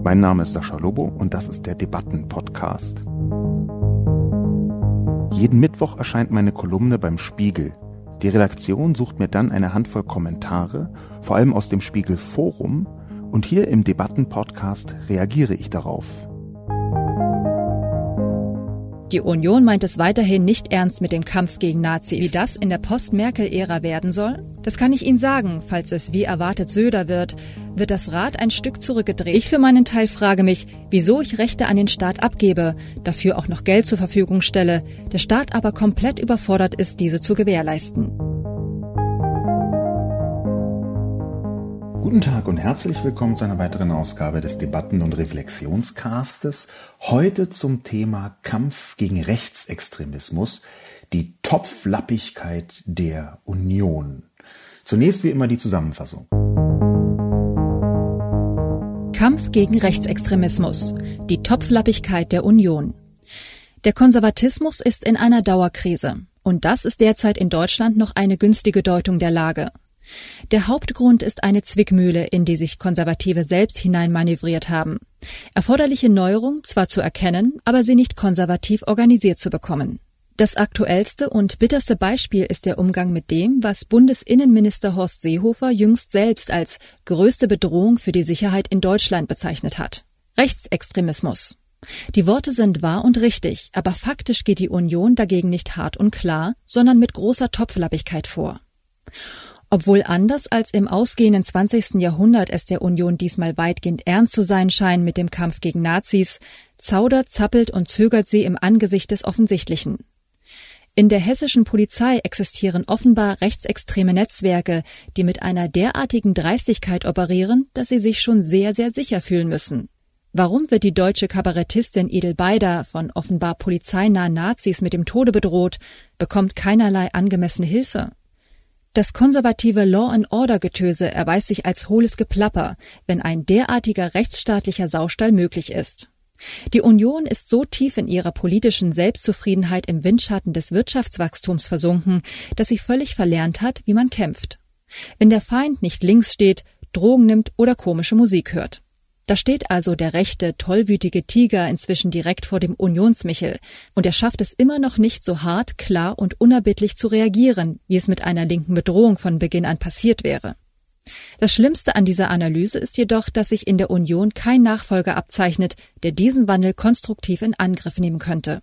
Mein Name ist Sascha Lobo und das ist der Debatten-Podcast. Jeden Mittwoch erscheint meine Kolumne beim Spiegel. Die Redaktion sucht mir dann eine Handvoll Kommentare, vor allem aus dem Spiegel-Forum, und hier im Debatten-Podcast reagiere ich darauf. Die Union meint es weiterhin nicht ernst mit dem Kampf gegen Nazis. Wie das in der Post-Merkel-Ära werden soll? Das kann ich Ihnen sagen. Falls es wie erwartet Söder wird das Rad ein Stück zurückgedreht. Ich für meinen Teil frage mich, wieso ich Rechte an den Staat abgebe, dafür auch noch Geld zur Verfügung stelle, der Staat aber komplett überfordert ist, diese zu gewährleisten. Guten Tag und herzlich willkommen zu einer weiteren Ausgabe des Debatten- und Reflexionscastes. Heute zum Thema Kampf gegen Rechtsextremismus, die Topflappigkeit der Union. Zunächst wie immer die Zusammenfassung. Kampf gegen Rechtsextremismus, die Topflappigkeit der Union. Der Konservatismus ist in einer Dauerkrise. Und das ist derzeit in Deutschland noch eine günstige Deutung der Lage. Der Hauptgrund ist eine Zwickmühle, in die sich Konservative selbst hineinmanövriert haben. Erforderliche Neuerungen zwar zu erkennen, aber sie nicht konservativ organisiert zu bekommen. Das aktuellste und bitterste Beispiel ist der Umgang mit dem, was Bundesinnenminister Horst Seehofer jüngst selbst als größte Bedrohung für die Sicherheit in Deutschland bezeichnet hat. Rechtsextremismus. Die Worte sind wahr und richtig, aber faktisch geht die Union dagegen nicht hart und klar, sondern mit großer Topflappigkeit vor. Obwohl anders als im ausgehenden 20. Jahrhundert es der Union diesmal weitgehend ernst zu sein scheint mit dem Kampf gegen Nazis, zaudert, zappelt und zögert sie im Angesicht des Offensichtlichen. In der hessischen Polizei existieren offenbar rechtsextreme Netzwerke, die mit einer derartigen Dreistigkeit operieren, dass sie sich schon sehr, sehr sicher fühlen müssen. Warum wird die deutsche Kabarettistin Edel Beider von offenbar polizeinahen Nazis mit dem Tode bedroht, bekommt keinerlei angemessene Hilfe? Das konservative Law-and-Order-Getöse erweist sich als hohles Geplapper, wenn ein derartiger rechtsstaatlicher Saustall möglich ist. Die Union ist so tief in ihrer politischen Selbstzufriedenheit im Windschatten des Wirtschaftswachstums versunken, dass sie völlig verlernt hat, wie man kämpft. Wenn der Feind nicht links steht, Drogen nimmt oder komische Musik hört. Da steht also der rechte, tollwütige Tiger inzwischen direkt vor dem Unionsmichel und er schafft es immer noch nicht so hart, klar und unerbittlich zu reagieren, wie es mit einer linken Bedrohung von Beginn an passiert wäre. Das Schlimmste an dieser Analyse ist jedoch, dass sich in der Union kein Nachfolger abzeichnet, der diesen Wandel konstruktiv in Angriff nehmen könnte.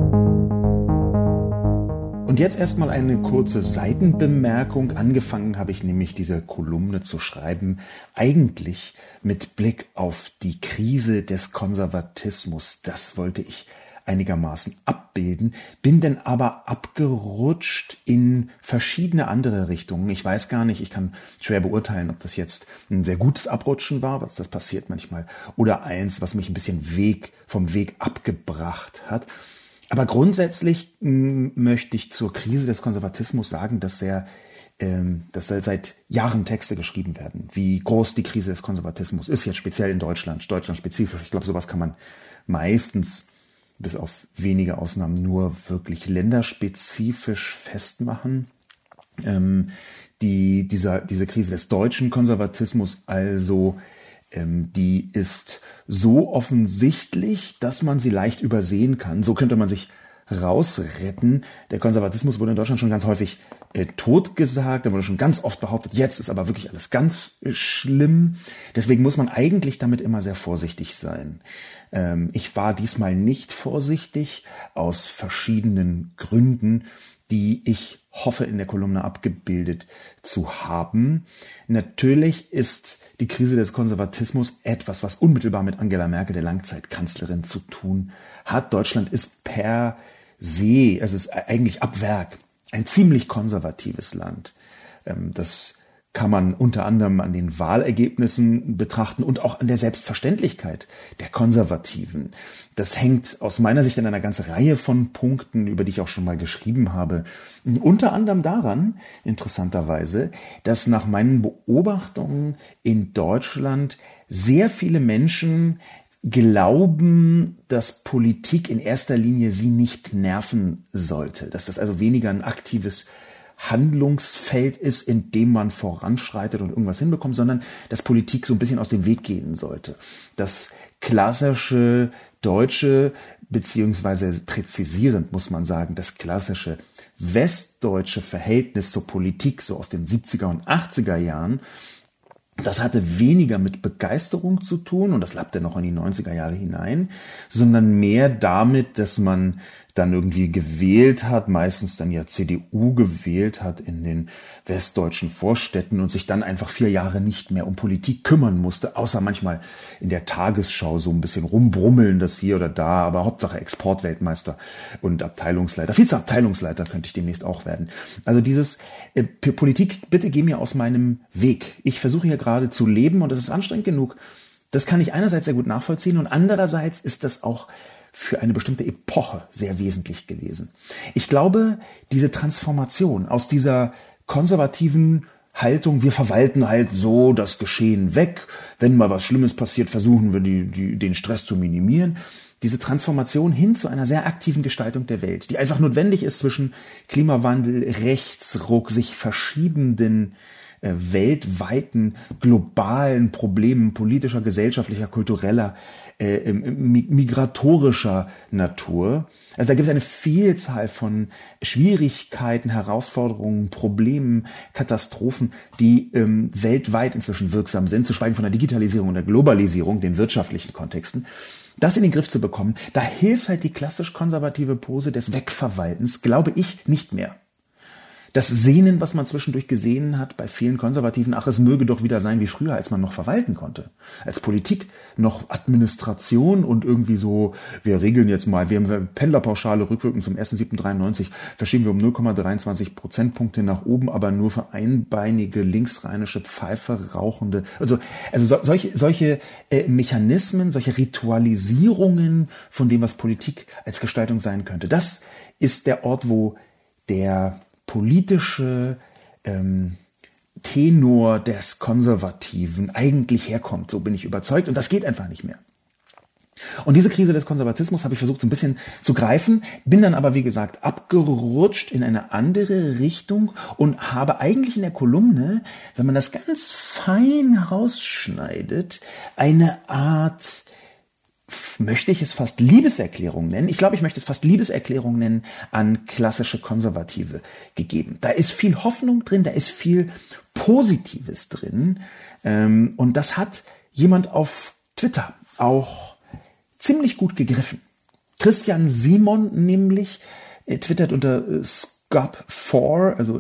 Und jetzt erstmal eine kurze Seitenbemerkung. Angefangen habe ich nämlich diese Kolumne zu schreiben, eigentlich mit Blick auf die Krise des Konservatismus. Das wollte ich einigermaßen abbilden, bin dann aber abgerutscht in verschiedene andere Richtungen. Ich weiß gar nicht, ich kann schwer beurteilen, ob das jetzt ein sehr gutes Abrutschen war, was das passiert manchmal, oder eins, was mich ein bisschen vom Weg abgebracht hat. Aber grundsätzlich möchte ich zur Krise des Konservatismus sagen, dass seit Jahren Texte geschrieben werden, wie groß die Krise des Konservatismus ist, jetzt speziell in Deutschland spezifisch. Ich glaube, sowas kann man meistens, bis auf wenige Ausnahmen, nur wirklich länderspezifisch festmachen. Diese Krise des deutschen Konservatismus also, die ist so offensichtlich, dass man sie leicht übersehen kann. So könnte man sich rausretten. Der Konservatismus wurde in Deutschland schon ganz häufig totgesagt, da wurde schon ganz oft behauptet, jetzt ist aber wirklich alles ganz schlimm. Deswegen muss man eigentlich damit immer sehr vorsichtig sein. Ich war diesmal nicht vorsichtig, aus verschiedenen Gründen, die ich hoffe, in der Kolumne abgebildet zu haben. Natürlich ist die Krise des Konservatismus etwas, was unmittelbar mit Angela Merkel, der Langzeitkanzlerin, zu tun hat. Deutschland ist per se, es ist eigentlich ab Werk ein ziemlich konservatives Land. Das kann man unter anderem an den Wahlergebnissen betrachten und auch an der Selbstverständlichkeit der Konservativen. Das hängt aus meiner Sicht an einer ganzen Reihe von Punkten, über die ich auch schon mal geschrieben habe. Unter anderem daran, interessanterweise, dass nach meinen Beobachtungen in Deutschland sehr viele Menschen glauben, dass Politik in erster Linie sie nicht nerven sollte, dass das also weniger ein aktives Handlungsfeld ist, in dem man voranschreitet und irgendwas hinbekommt, sondern dass Politik so ein bisschen aus dem Weg gehen sollte. Das klassische deutsche, beziehungsweise präzisierend muss man sagen, das klassische westdeutsche Verhältnis zur Politik so aus den 70er und 80er Jahren, das hatte weniger mit Begeisterung zu tun, und das lappte noch in die 90er Jahre hinein, sondern mehr damit, dass man dann irgendwie gewählt hat, meistens dann ja CDU gewählt hat in den westdeutschen Vorstädten und sich dann einfach 4 Jahre nicht mehr um Politik kümmern musste, außer manchmal in der Tagesschau so ein bisschen rumbrummeln, das hier oder da, aber Hauptsache Exportweltmeister und Abteilungsleiter. Vizeabteilungsleiter könnte ich demnächst auch werden. Also dieses Politik, bitte geh mir aus meinem Weg. Ich versuche hier gerade zu leben und das ist anstrengend genug. Das kann ich einerseits sehr gut nachvollziehen und andererseits ist das auch für eine bestimmte Epoche sehr wesentlich gewesen. Ich glaube, diese Transformation aus dieser konservativen Haltung, wir verwalten halt so das Geschehen weg, wenn mal was Schlimmes passiert, versuchen wir den Stress zu minimieren, diese Transformation hin zu einer sehr aktiven Gestaltung der Welt, die einfach notwendig ist zwischen Klimawandel, Rechtsruck, sich verschiebenden weltweiten, globalen Problemen politischer, gesellschaftlicher, kultureller, migratorischer Natur. Also da gibt es eine Vielzahl von Schwierigkeiten, Herausforderungen, Problemen, Katastrophen, die weltweit inzwischen wirksam sind, zu schweigen von der Digitalisierung und der Globalisierung, den wirtschaftlichen Kontexten. Das in den Griff zu bekommen, da hilft halt die klassisch-konservative Pose des Wegverwaltens, glaube ich, nicht mehr. Das Sehnen, was man zwischendurch gesehen hat bei vielen Konservativen, ach, es möge doch wieder sein wie früher, als man noch verwalten konnte. Als Politik noch Administration und irgendwie so, wir regeln jetzt mal, wir haben Pendlerpauschale rückwirkend zum 1.7.93, verschieben wir um 0,23 Prozentpunkte nach oben, aber nur für einbeinige, linksrheinische, Pfeife rauchende, also solche Mechanismen, solche Ritualisierungen von dem, was Politik als Gestaltung sein könnte. Das ist der Ort, wo der politische Tenor des Konservativen eigentlich herkommt. So bin ich überzeugt. Und das geht einfach nicht mehr. Und diese Krise des Konservatismus habe ich versucht so ein bisschen zu greifen, bin dann aber, wie gesagt, abgerutscht in eine andere Richtung und habe eigentlich in der Kolumne, wenn man das ganz fein herausschneidet, eine Art, möchte ich es fast Liebeserklärung nennen? Ich glaube, ich möchte es fast Liebeserklärung nennen an klassische Konservative gegeben. Da ist viel Hoffnung drin, da ist viel Positives drin. Und das hat jemand auf Twitter auch ziemlich gut gegriffen. Christian Simon nämlich twittert unter Scub4, also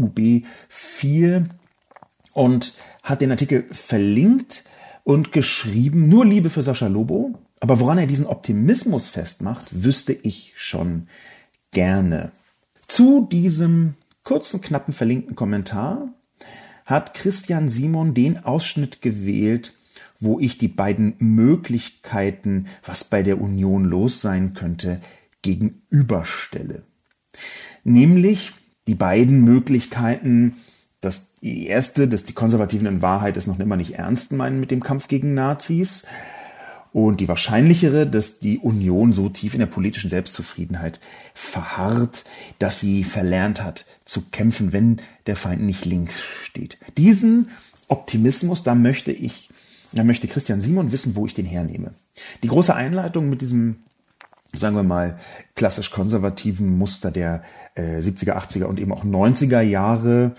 SCUB4, und hat den Artikel verlinkt und geschrieben, nur Liebe für Sascha Lobo. Aber woran er diesen Optimismus festmacht, wüsste ich schon gerne. Zu diesem kurzen, knappen, verlinkten Kommentar hat Christian Simon den Ausschnitt gewählt, wo ich die beiden Möglichkeiten, was bei der Union los sein könnte, gegenüberstelle. Nämlich die beiden Möglichkeiten, die erste, dass die Konservativen in Wahrheit es noch immer nicht ernst meinen mit dem Kampf gegen Nazis, und die wahrscheinlichere, dass die Union so tief in der politischen Selbstzufriedenheit verharrt, dass sie verlernt hat zu kämpfen, wenn der Feind nicht links steht. Diesen Optimismus, da möchte Christian Simon wissen, wo ich den hernehme. Die große Einleitung mit diesem, sagen wir mal, klassisch-konservativen Muster der 70er, 80er und eben auch 90er Jahre,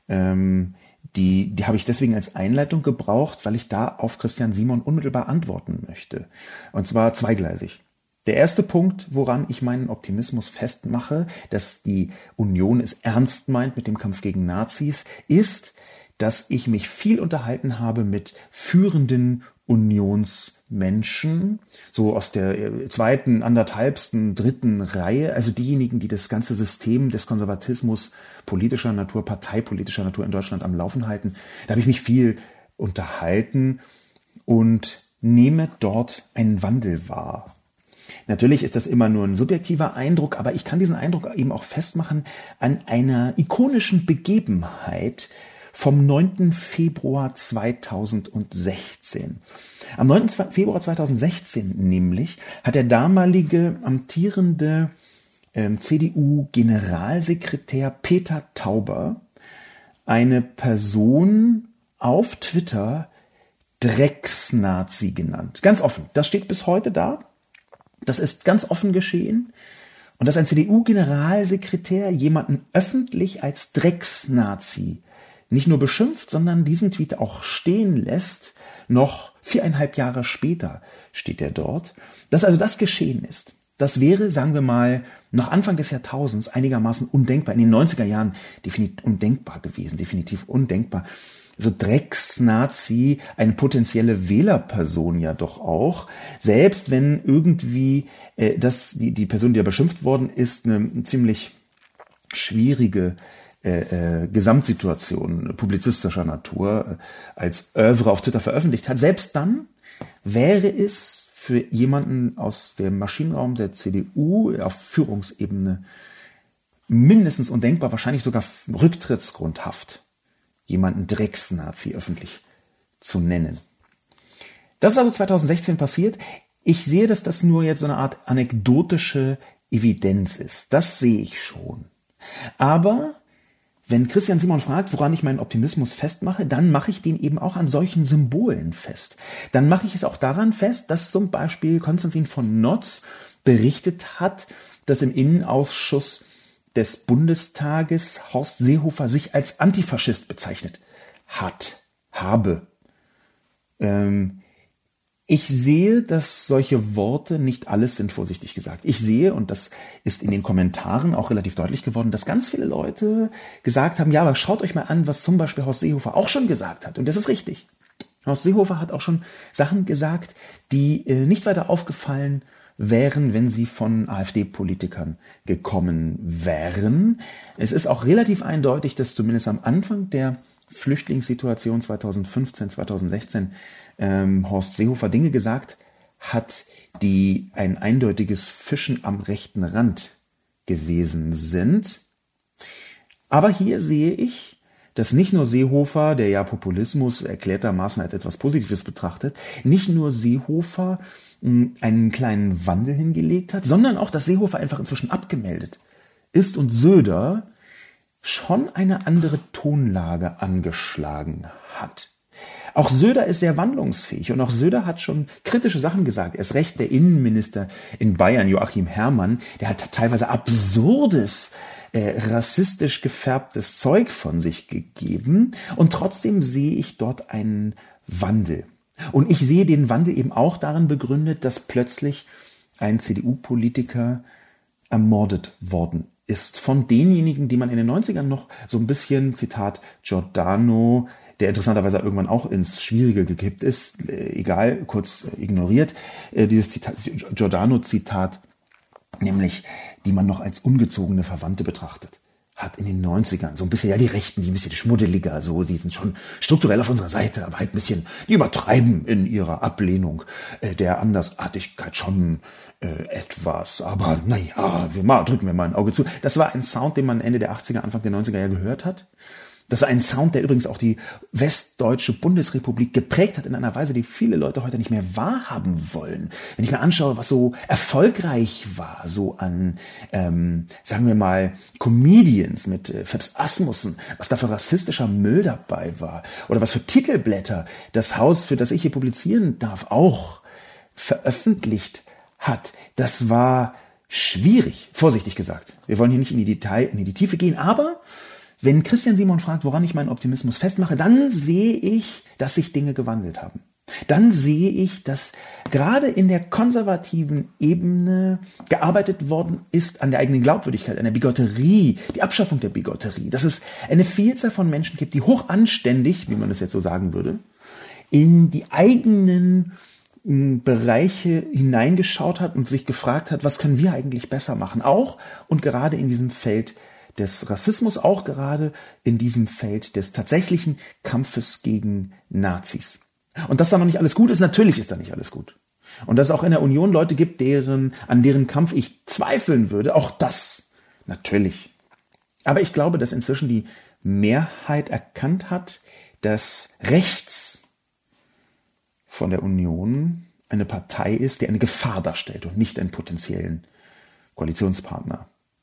die habe ich deswegen als Einleitung gebraucht, weil ich da auf Christian Simon unmittelbar antworten möchte. Und zwar zweigleisig. Der erste Punkt, woran ich meinen Optimismus festmache, dass die Union es ernst meint mit dem Kampf gegen Nazis, ist, dass ich mich viel unterhalten habe mit führenden Unionsmenschen, so aus der zweiten, anderthalbsten, dritten Reihe, also diejenigen, die das ganze System des Konservatismus politischer Natur, parteipolitischer Natur in Deutschland am Laufen halten. Da habe ich mich viel unterhalten und nehme dort einen Wandel wahr. Natürlich ist das immer nur ein subjektiver Eindruck, aber ich kann diesen Eindruck eben auch festmachen an einer ikonischen Begebenheit vom 9. Februar 2016. Am 9. Februar 2016 nämlich hat der damalige amtierende CDU-Generalsekretär Peter Tauber eine Person auf Twitter Drecksnazi genannt. Ganz offen. Das steht bis heute da. Das ist ganz offen geschehen. Und dass ein CDU-Generalsekretär jemanden öffentlich als Drecksnazi nicht nur beschimpft, sondern diesen Tweet auch stehen lässt, noch 4,5 Jahre später steht er dort, dass also das geschehen ist. Das wäre, sagen wir mal, noch Anfang des Jahrtausends einigermaßen undenkbar, in den 90er Jahren definitiv undenkbar gewesen, definitiv undenkbar. So Drecksnazi, eine potenzielle Wählerperson ja doch auch, selbst wenn irgendwie die Person, die ja beschimpft worden ist, eine ziemlich schwierige Gesamtsituation publizistischer Natur als Œuvre auf Twitter veröffentlicht hat, selbst dann wäre es für jemanden aus dem Maschinenraum der CDU auf Führungsebene mindestens undenkbar, wahrscheinlich sogar rücktrittsgrundhaft, jemanden Drecksnazi öffentlich zu nennen. Das ist also 2016 passiert. Ich sehe, dass das nur jetzt so eine Art anekdotische Evidenz ist. Das sehe ich schon. Aber wenn Christian Simon fragt, woran ich meinen Optimismus festmache, dann mache ich den eben auch an solchen Symbolen fest. Dann mache ich es auch daran fest, dass zum Beispiel Konstantin von Notz berichtet hat, dass im Innenausschuss des Bundestages Horst Seehofer sich als Antifaschist bezeichnet habe. Ich sehe, dass solche Worte nicht alles sind, vorsichtig gesagt. Ich sehe, und das ist in den Kommentaren auch relativ deutlich geworden, dass ganz viele Leute gesagt haben, ja, aber schaut euch mal an, was zum Beispiel Horst Seehofer auch schon gesagt hat. Und das ist richtig. Horst Seehofer hat auch schon Sachen gesagt, die nicht weiter aufgefallen wären, wenn sie von AfD-Politikern gekommen wären. Es ist auch relativ eindeutig, dass zumindest am Anfang der Flüchtlingssituation 2015, 2016 Horst Seehofer Dinge gesagt hat, die ein eindeutiges Fischen am rechten Rand gewesen sind. Aber hier sehe ich, dass nicht nur Seehofer, der ja Populismus erklärtermaßen als etwas Positives betrachtet, nicht nur Seehofer einen kleinen Wandel hingelegt hat, sondern auch, dass Seehofer einfach inzwischen abgemeldet ist und Söder schon eine andere Tonlage angeschlagen hat. Auch Söder ist sehr wandlungsfähig und auch Söder hat schon kritische Sachen gesagt. Erst recht der Innenminister in Bayern, Joachim Herrmann, der hat teilweise absurdes, rassistisch gefärbtes Zeug von sich gegeben. Und trotzdem sehe ich dort einen Wandel. Und ich sehe den Wandel eben auch darin begründet, dass plötzlich ein CDU-Politiker ermordet worden ist. Von denjenigen, die man in den 90ern noch so ein bisschen, Zitat Giordano, der interessanterweise irgendwann auch ins Schwierige gekippt ist, egal, kurz ignoriert, dieses Giordano-Zitat, nämlich, die man noch als ungezogene Verwandte betrachtet hat in den 90ern. So ein bisschen, ja, die Rechten, die ein bisschen schmuddeliger, so, die sind schon strukturell auf unserer Seite, aber halt ein bisschen, die übertreiben in ihrer Ablehnung der Andersartigkeit schon etwas. Aber naja, drücken wir mal ein Auge zu. Das war ein Sound, den man Ende der 80er, Anfang der 90er ja gehört hat. Das war ein Sound, der übrigens auch die westdeutsche Bundesrepublik geprägt hat in einer Weise, die viele Leute heute nicht mehr wahrhaben wollen. Wenn ich mir anschaue, was so erfolgreich war, so an, sagen wir mal, Comedians mit Phipps Asmussen, was da für rassistischer Müll dabei war oder was für Titelblätter das Haus, für das ich hier publizieren darf, auch veröffentlicht hat, das war schwierig, vorsichtig gesagt. Wir wollen hier nicht in die Tiefe gehen, aber wenn Christian Simon fragt, woran ich meinen Optimismus festmache, dann sehe ich, dass sich Dinge gewandelt haben. Dann sehe ich, dass gerade in der konservativen Ebene gearbeitet worden ist an der eigenen Glaubwürdigkeit, an der Bigotterie, die Abschaffung der Bigotterie, dass es eine Vielzahl von Menschen gibt, die hochanständig, wie man das jetzt so sagen würde, in die eigenen Bereiche hineingeschaut hat und sich gefragt hat, was können wir eigentlich besser machen? Auch und gerade in diesem Feld des Rassismus, auch gerade in diesem Feld des tatsächlichen Kampfes gegen Nazis. Und dass da noch nicht alles gut ist, natürlich ist da nicht alles gut. Und dass es auch in der Union Leute gibt, an deren Kampf ich zweifeln würde, auch das natürlich. Aber ich glaube, dass inzwischen die Mehrheit erkannt hat, dass rechts von der Union eine Partei ist, die eine Gefahr darstellt und nicht einen potenziellen Koalitionspartner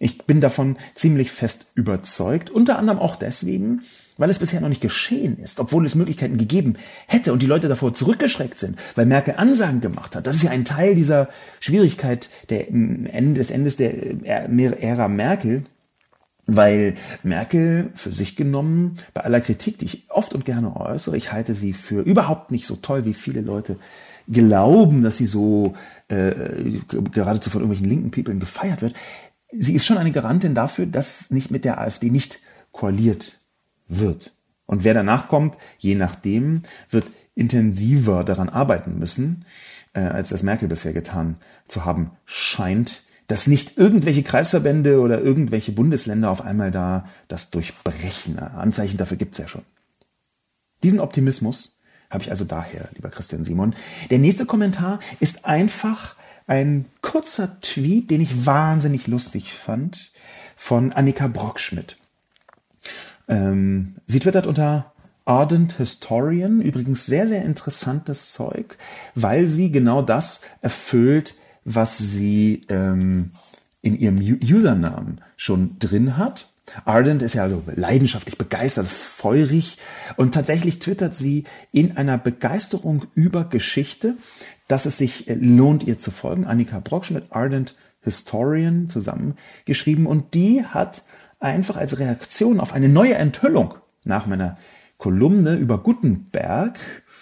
Ich bin davon ziemlich fest überzeugt, unter anderem auch deswegen, weil es bisher noch nicht geschehen ist, obwohl es Möglichkeiten gegeben hätte und die Leute davor zurückgeschreckt sind, weil Merkel Ansagen gemacht hat. Das ist ja ein Teil dieser Schwierigkeit des Endes der Ära Merkel, weil Merkel für sich genommen, bei aller Kritik, die ich oft und gerne äußere, ich halte sie für überhaupt nicht so toll, wie viele Leute glauben, dass sie so geradezu von irgendwelchen linken People gefeiert wird. Sie ist schon eine Garantin dafür, dass nicht mit der AfD nicht koaliert wird. Und wer danach kommt, je nachdem, wird intensiver daran arbeiten müssen, als das Merkel bisher getan zu haben scheint, dass nicht irgendwelche Kreisverbände oder irgendwelche Bundesländer auf einmal da das durchbrechen. Anzeichen dafür gibt's ja schon. Diesen Optimismus habe ich also daher, lieber Christian Simon. Der nächste Kommentar ist einfach ein kurzer Tweet, den ich wahnsinnig lustig fand, von Annika Brockschmidt. Sie twittert unter Ardent Historian, übrigens sehr, sehr interessantes Zeug, weil sie genau das erfüllt, was sie in ihrem Usernamen schon drin hat. Ardent ist ja also leidenschaftlich begeistert, feurig, und tatsächlich twittert sie in einer Begeisterung über Geschichte, dass es sich lohnt, ihr zu folgen. Annika Brockschmidt, Ardent Historian zusammengeschrieben, und die hat einfach als Reaktion auf eine neue Enthüllung nach meiner Kolumne über Gutenberg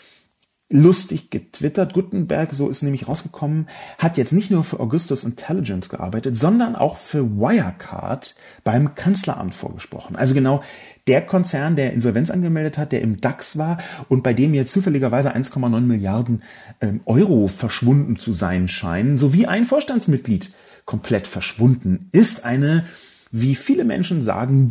lustig getwittert. Gutenberg, so ist nämlich rausgekommen, hat jetzt nicht nur für Augustus Intelligence gearbeitet, sondern auch für Wirecard beim Kanzleramt vorgesprochen. Also genau der Konzern, der Insolvenz angemeldet hat, der im DAX war und bei dem jetzt zufälligerweise 1,9 Milliarden Euro verschwunden zu sein scheinen, sowie ein Vorstandsmitglied komplett verschwunden ist. Eine, wie viele Menschen sagen,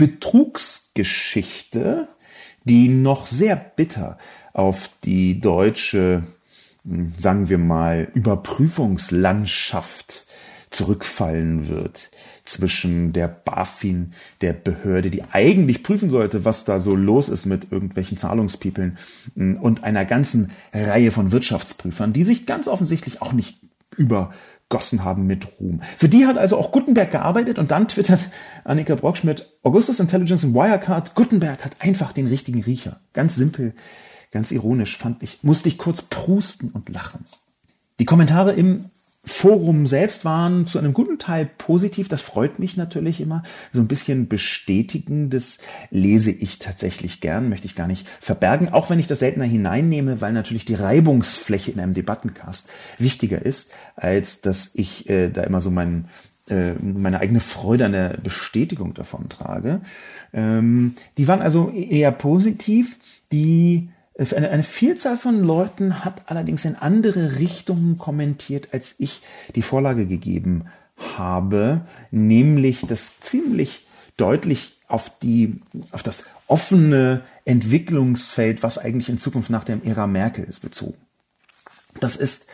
Betrugsgeschichte, die noch sehr bitter auf die deutsche, sagen wir mal, Überprüfungslandschaft zurückfallen wird zwischen der BaFin, der Behörde, die eigentlich prüfen sollte, was da so los ist mit irgendwelchen Zahlungspiepeln, und einer ganzen Reihe von Wirtschaftsprüfern, die sich ganz offensichtlich auch nicht übergossen haben mit Ruhm. Für die hat also auch Gutenberg gearbeitet, und dann twittert Annika Brockschmidt, Augustus Intelligence und Wirecard, Gutenberg hat einfach den richtigen Riecher. Ganz simpel, ganz ironisch musste ich kurz prusten und lachen. Die Kommentare im Forum selbst waren zu einem guten Teil positiv. Das freut mich natürlich immer. So ein bisschen Bestätigendes lese ich tatsächlich gern, möchte ich gar nicht verbergen, auch wenn ich das seltener hineinnehme, weil natürlich die Reibungsfläche in einem Debattencast wichtiger ist, als dass ich da immer so meine eigene Freude an der Bestätigung davon trage. Die waren also eher positiv. Eine Vielzahl von Leuten hat allerdings in andere Richtungen kommentiert, als ich die Vorlage gegeben habe, nämlich das ziemlich deutlich auf das offene Entwicklungsfeld, was eigentlich in Zukunft nach der Ära Merkel ist, bezogen. Das ist,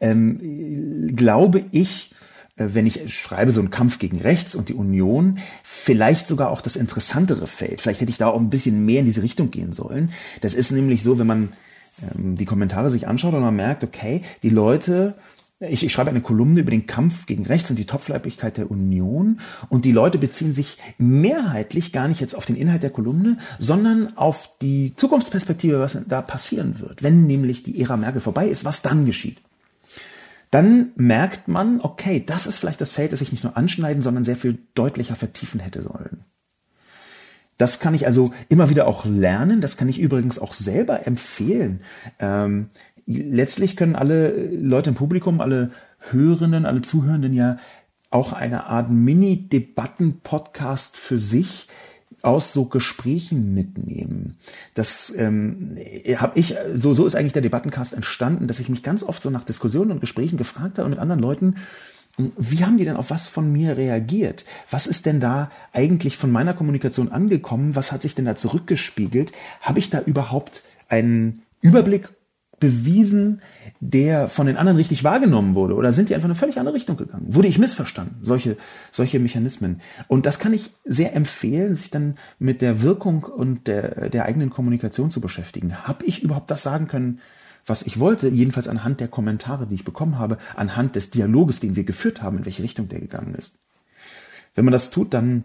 glaube ich, wenn ich schreibe, so ein Kampf gegen rechts und die Union, vielleicht sogar auch das interessantere Feld. Vielleicht hätte ich da auch ein bisschen mehr in diese Richtung gehen sollen. Das ist nämlich so, wenn man die Kommentare sich anschaut und man merkt, okay, die Leute, ich schreibe eine Kolumne über den Kampf gegen rechts und die Topfleibigkeit der Union, und die Leute beziehen sich mehrheitlich gar nicht jetzt auf den Inhalt der Kolumne, sondern auf die Zukunftsperspektive, was da passieren wird, wenn nämlich die Ära Merkel vorbei ist, was dann geschieht. Dann merkt man, okay, das ist vielleicht das Feld, das ich nicht nur anschneiden, sondern sehr viel deutlicher vertiefen hätte sollen. Das kann ich also immer wieder auch lernen, das kann ich übrigens auch selber empfehlen. Letztlich können alle Leute im Publikum, alle Hörenden, alle Zuhörenden ja auch eine Art Mini-Debatten-Podcast für sich aus so Gesprächen mitnehmen. Das habe ich, so ist eigentlich der Debattencast entstanden, dass ich mich ganz oft so nach Diskussionen und Gesprächen gefragt habe mit anderen Leuten, wie haben die denn auf was von mir reagiert? Was ist denn da eigentlich von meiner Kommunikation angekommen? Was hat sich denn da zurückgespiegelt? Habe ich da überhaupt einen Überblick bewiesen, der von den anderen richtig wahrgenommen wurde? Oder sind die einfach in eine völlig andere Richtung gegangen? Wurde ich missverstanden? Solche Mechanismen. Und das kann ich sehr empfehlen, sich dann mit der Wirkung und der eigenen Kommunikation zu beschäftigen. Habe ich überhaupt das sagen können, was ich wollte? Jedenfalls anhand der Kommentare, die ich bekommen habe, anhand des Dialoges, den wir geführt haben, in welche Richtung der gegangen ist. Wenn man das tut, dann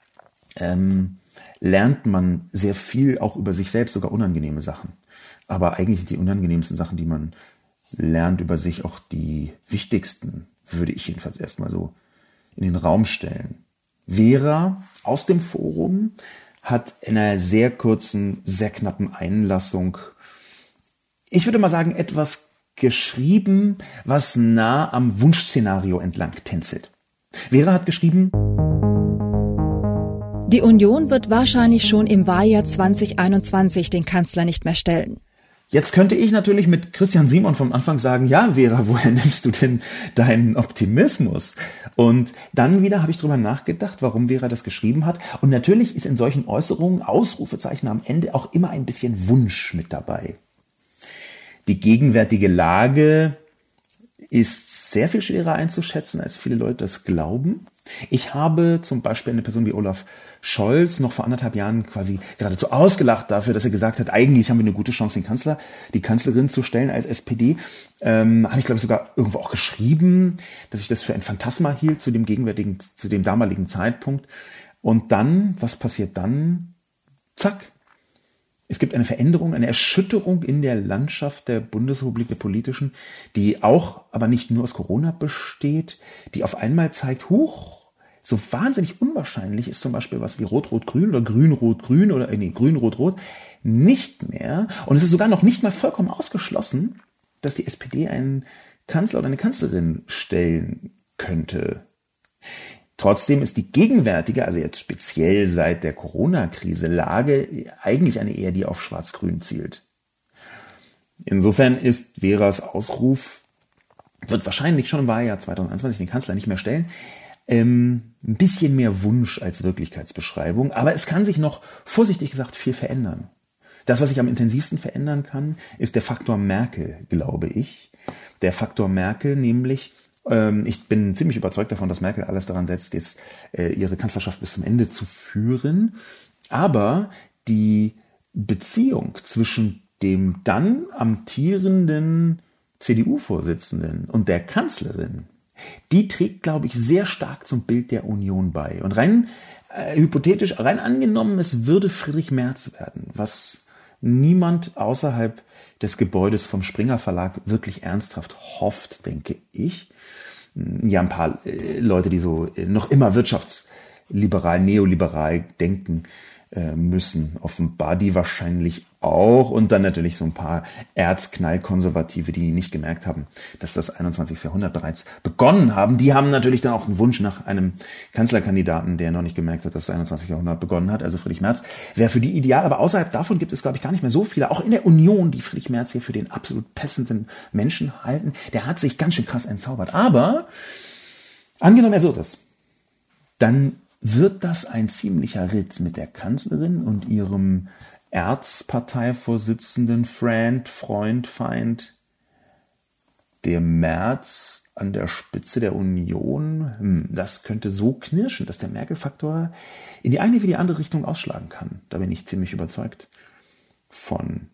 lernt man sehr viel auch über sich selbst, sogar unangenehme Sachen. Aber eigentlich die unangenehmsten Sachen, die man lernt über sich, auch die wichtigsten, würde ich jedenfalls erstmal so in den Raum stellen. Vera aus dem Forum hat in einer sehr kurzen, sehr knappen Einlassung, ich würde mal sagen, etwas geschrieben, was nah am Wunschszenario entlang tänzelt. Vera hat geschrieben: Die Union wird wahrscheinlich schon im Wahljahr 2021 den Kanzler nicht mehr stellen. Jetzt könnte ich natürlich mit Christian Simon vom Anfang sagen, ja, Vera, woher nimmst du denn deinen Optimismus? Und dann wieder habe ich drüber nachgedacht, warum Vera das geschrieben hat. Und natürlich ist in solchen Äußerungen, Ausrufezeichen am Ende, auch immer ein bisschen Wunsch mit dabei. Die gegenwärtige Lage ist sehr viel schwerer einzuschätzen, als viele Leute das glauben. Ich habe zum Beispiel eine Person wie Olaf Scholz noch vor 1,5 Jahren quasi geradezu ausgelacht dafür, dass er gesagt hat, eigentlich haben wir eine gute Chance, die Kanzlerin zu stellen als SPD. Habe ich, glaube ich, sogar irgendwo auch geschrieben, dass ich das für ein Phantasma hielt zu dem damaligen Zeitpunkt. Und dann, was passiert dann? Zack. Es gibt eine Veränderung, eine Erschütterung in der Landschaft der Bundesrepublik, der politischen, die auch, aber nicht nur aus Corona besteht, die auf einmal zeigt, so wahnsinnig unwahrscheinlich ist zum Beispiel was wie Rot-Rot-Grün oder Grün-Rot-Grün oder Grün-Rot-Rot nicht mehr. Und es ist sogar noch nicht mal vollkommen ausgeschlossen, dass die SPD einen Kanzler oder eine Kanzlerin stellen könnte. Trotzdem ist die gegenwärtige, also jetzt speziell seit der Corona-Krise, Lage eigentlich eine eher, die auf Schwarz-Grün zielt. Insofern ist Veras Ausruf, wird wahrscheinlich schon im Wahljahr 2021 den Kanzler nicht mehr stellen, ein bisschen mehr Wunsch als Wirklichkeitsbeschreibung, aber es kann sich noch, vorsichtig gesagt, viel verändern. Das, was sich am intensivsten verändern kann, ist der Faktor Merkel, glaube ich. Der Faktor Merkel nämlich, ich bin ziemlich überzeugt davon, dass Merkel alles daran setzt, jetzt ihre Kanzlerschaft bis zum Ende zu führen. Aber die Beziehung zwischen dem dann amtierenden CDU-Vorsitzenden und der Kanzlerin, die trägt, glaube ich, sehr stark zum Bild der Union bei. Und rein hypothetisch, rein angenommen, es würde Friedrich Merz werden, was niemand außerhalb des Gebäudes vom Springer Verlag wirklich ernsthaft hofft, denke ich. Ja, ein paar Leute, die so noch immer wirtschaftsliberal, neoliberal denken müssen, offenbar die wahrscheinlich auch. Und dann natürlich so ein paar Erzknallkonservative, die nicht gemerkt haben, dass das 21. Jahrhundert bereits begonnen haben. Die haben natürlich dann auch einen Wunsch nach einem Kanzlerkandidaten, der noch nicht gemerkt hat, dass das 21. Jahrhundert begonnen hat. Also Friedrich Merz wäre für die ideal. Aber außerhalb davon gibt es, glaube ich, gar nicht mehr so viele, auch in der Union, die Friedrich Merz hier für den absolut passenden Menschen halten. Der hat sich ganz schön krass entzaubert. Aber angenommen, er wird es, dann wird das ein ziemlicher Ritt mit der Kanzlerin und ihrem Erzparteivorsitzenden, Freund, Feind, der Merz an der Spitze der Union. Das könnte so knirschen, dass der Merkel-Faktor in die eine wie die andere Richtung ausschlagen kann. Da bin ich ziemlich überzeugt von.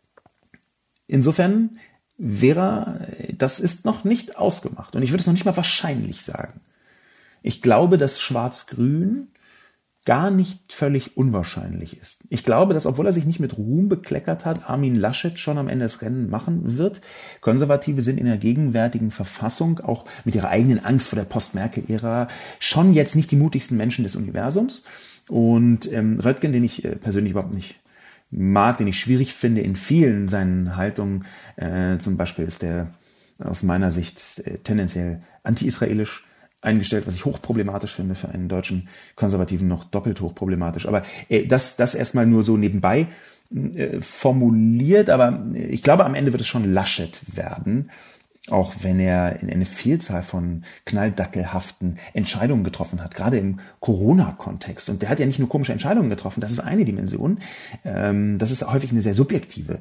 Insofern, Vera, das ist noch nicht ausgemacht. Und ich würde es noch nicht mal wahrscheinlich sagen. Ich glaube, dass Schwarz-Grün gar nicht völlig unwahrscheinlich ist. Ich glaube, dass, obwohl er sich nicht mit Ruhm bekleckert hat, Armin Laschet schon am Ende das Rennen machen wird. Konservative sind in der gegenwärtigen Verfassung, auch mit ihrer eigenen Angst vor der Post-Merkel-Ära, schon jetzt nicht die mutigsten Menschen des Universums. Und Röttgen, den ich persönlich überhaupt nicht mag, den ich schwierig finde in vielen seinen Haltungen, zum Beispiel ist der aus meiner Sicht tendenziell anti-israelisch eingestellt, was ich hochproblematisch finde, für einen deutschen Konservativen noch doppelt hochproblematisch. Aber das erstmal nur so nebenbei formuliert, aber ich glaube, am Ende wird es schon Laschet werden, auch wenn er in eine Vielzahl von knalldackelhaften Entscheidungen getroffen hat, gerade im Corona-Kontext. Und der hat ja nicht nur komische Entscheidungen getroffen, das ist eine Dimension, das ist häufig eine sehr subjektive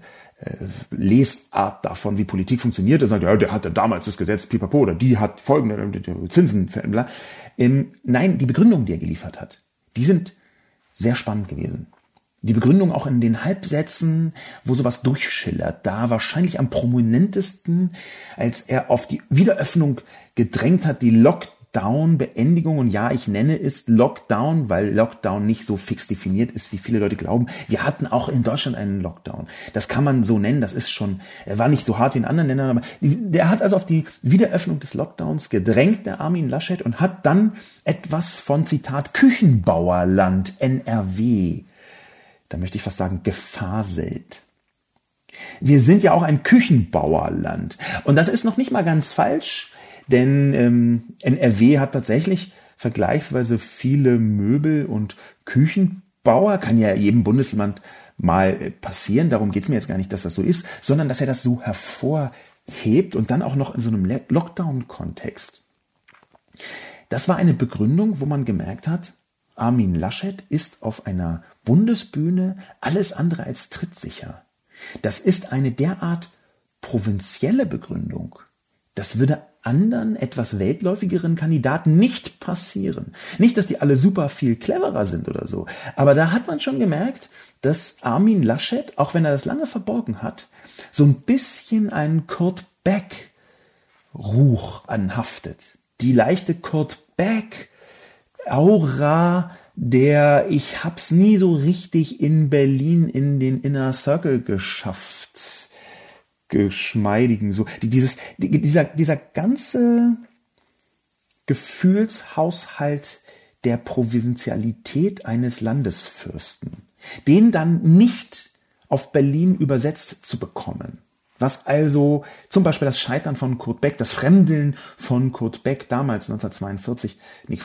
Lesart davon, wie Politik funktioniert. Er sagt, ja, der hatte damals das Gesetz, pipapo, oder die hat folgende Zinsen, bla. Nein, die Begründungen, die er geliefert hat, die sind sehr spannend gewesen. Die Begründung auch in den Halbsätzen, wo sowas durchschillert, da wahrscheinlich am prominentesten, als er auf die Wiederöffnung gedrängt hat, die Lockdown-Beendigung. Und ja, ich nenne es Lockdown, weil Lockdown nicht so fix definiert ist, wie viele Leute glauben. Wir hatten auch in Deutschland einen Lockdown. Das kann man so nennen. Das ist schon, er war nicht so hart wie in anderen Ländern, aber der hat also auf die Wiederöffnung des Lockdowns gedrängt, der Armin Laschet, und hat dann etwas von, Zitat, Küchenbauerland NRW, da möchte ich fast sagen, gefaselt. Wir sind ja auch ein Küchenbauerland. Und das ist noch nicht mal ganz falsch, denn NRW hat tatsächlich vergleichsweise viele Möbel- und Küchenbauer. Kann ja jedem Bundesland mal passieren. Darum geht's mir jetzt gar nicht, dass das so ist, sondern dass er das so hervorhebt und dann auch noch in so einem Lockdown-Kontext. Das war eine Begründung, wo man gemerkt hat, Armin Laschet ist auf einer Bundesbühne alles andere als trittsicher. Das ist eine derart provinzielle Begründung. Das würde anderen, etwas weltläufigeren Kandidaten nicht passieren. Nicht, dass die alle super viel cleverer sind oder so. Aber da hat man schon gemerkt, dass Armin Laschet, auch wenn er das lange verborgen hat, so ein bisschen einen Kurt Beck-Ruch anhaftet. Die leichte Kurt Beck-Aura, der ich hab's nie so richtig in Berlin in den Inner Circle geschafft, geschmeidigen, so dieser ganze Gefühlshaushalt der Provinzialität eines Landesfürsten, den dann nicht auf Berlin übersetzt zu bekommen. Was also zum Beispiel das Scheitern von Kurt Beck, das Fremdeln von Kurt Beck damals 1942,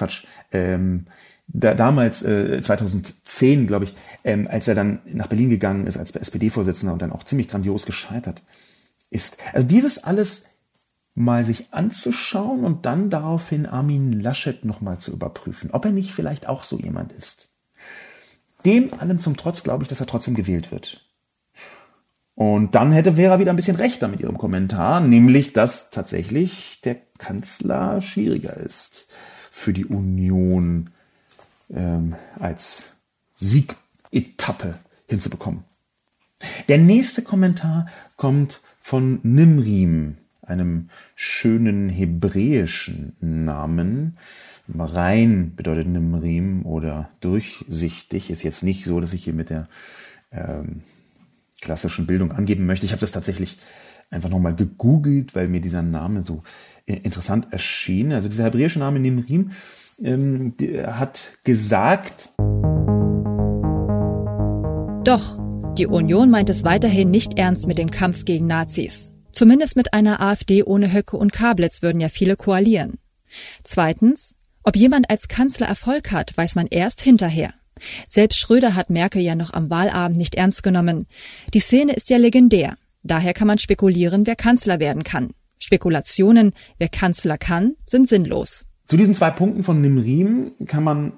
damals 2010, glaube ich, als er dann nach Berlin gegangen ist als SPD-Vorsitzender und dann auch ziemlich grandios gescheitert ist. Also dieses alles mal sich anzuschauen und dann daraufhin Armin Laschet nochmal zu überprüfen, ob er nicht vielleicht auch so jemand ist. Dem allem zum Trotz glaube ich, dass er trotzdem gewählt wird. Und dann hätte Vera wieder ein bisschen rechter mit ihrem Kommentar, nämlich, dass tatsächlich der Kanzler schwieriger ist für die Union als Siegetappe hinzubekommen. Der nächste Kommentar kommt von Nimrim, einem schönen hebräischen Namen. Rein bedeutet Nimrim oder durchsichtig. Ist jetzt nicht so, dass ich hier mit der klassischen Bildung angeben möchte. Ich habe das tatsächlich einfach nochmal gegoogelt, weil mir dieser Name so interessant erschien. Also dieser hebräische Name Nimrim hat gesagt: Doch, die Union meint es weiterhin nicht ernst mit dem Kampf gegen Nazis. Zumindest mit einer AfD ohne Höcke und Kablitz würden ja viele koalieren. Zweitens, ob jemand als Kanzler Erfolg hat, weiß man erst hinterher. Selbst Schröder hat Merkel ja noch am Wahlabend nicht ernst genommen. Die Szene ist ja legendär. Daher kann man spekulieren, wer Kanzler werden kann. Spekulationen, wer Kanzler kann, sind sinnlos. Zu diesen 2 Punkten von Nimrim kann man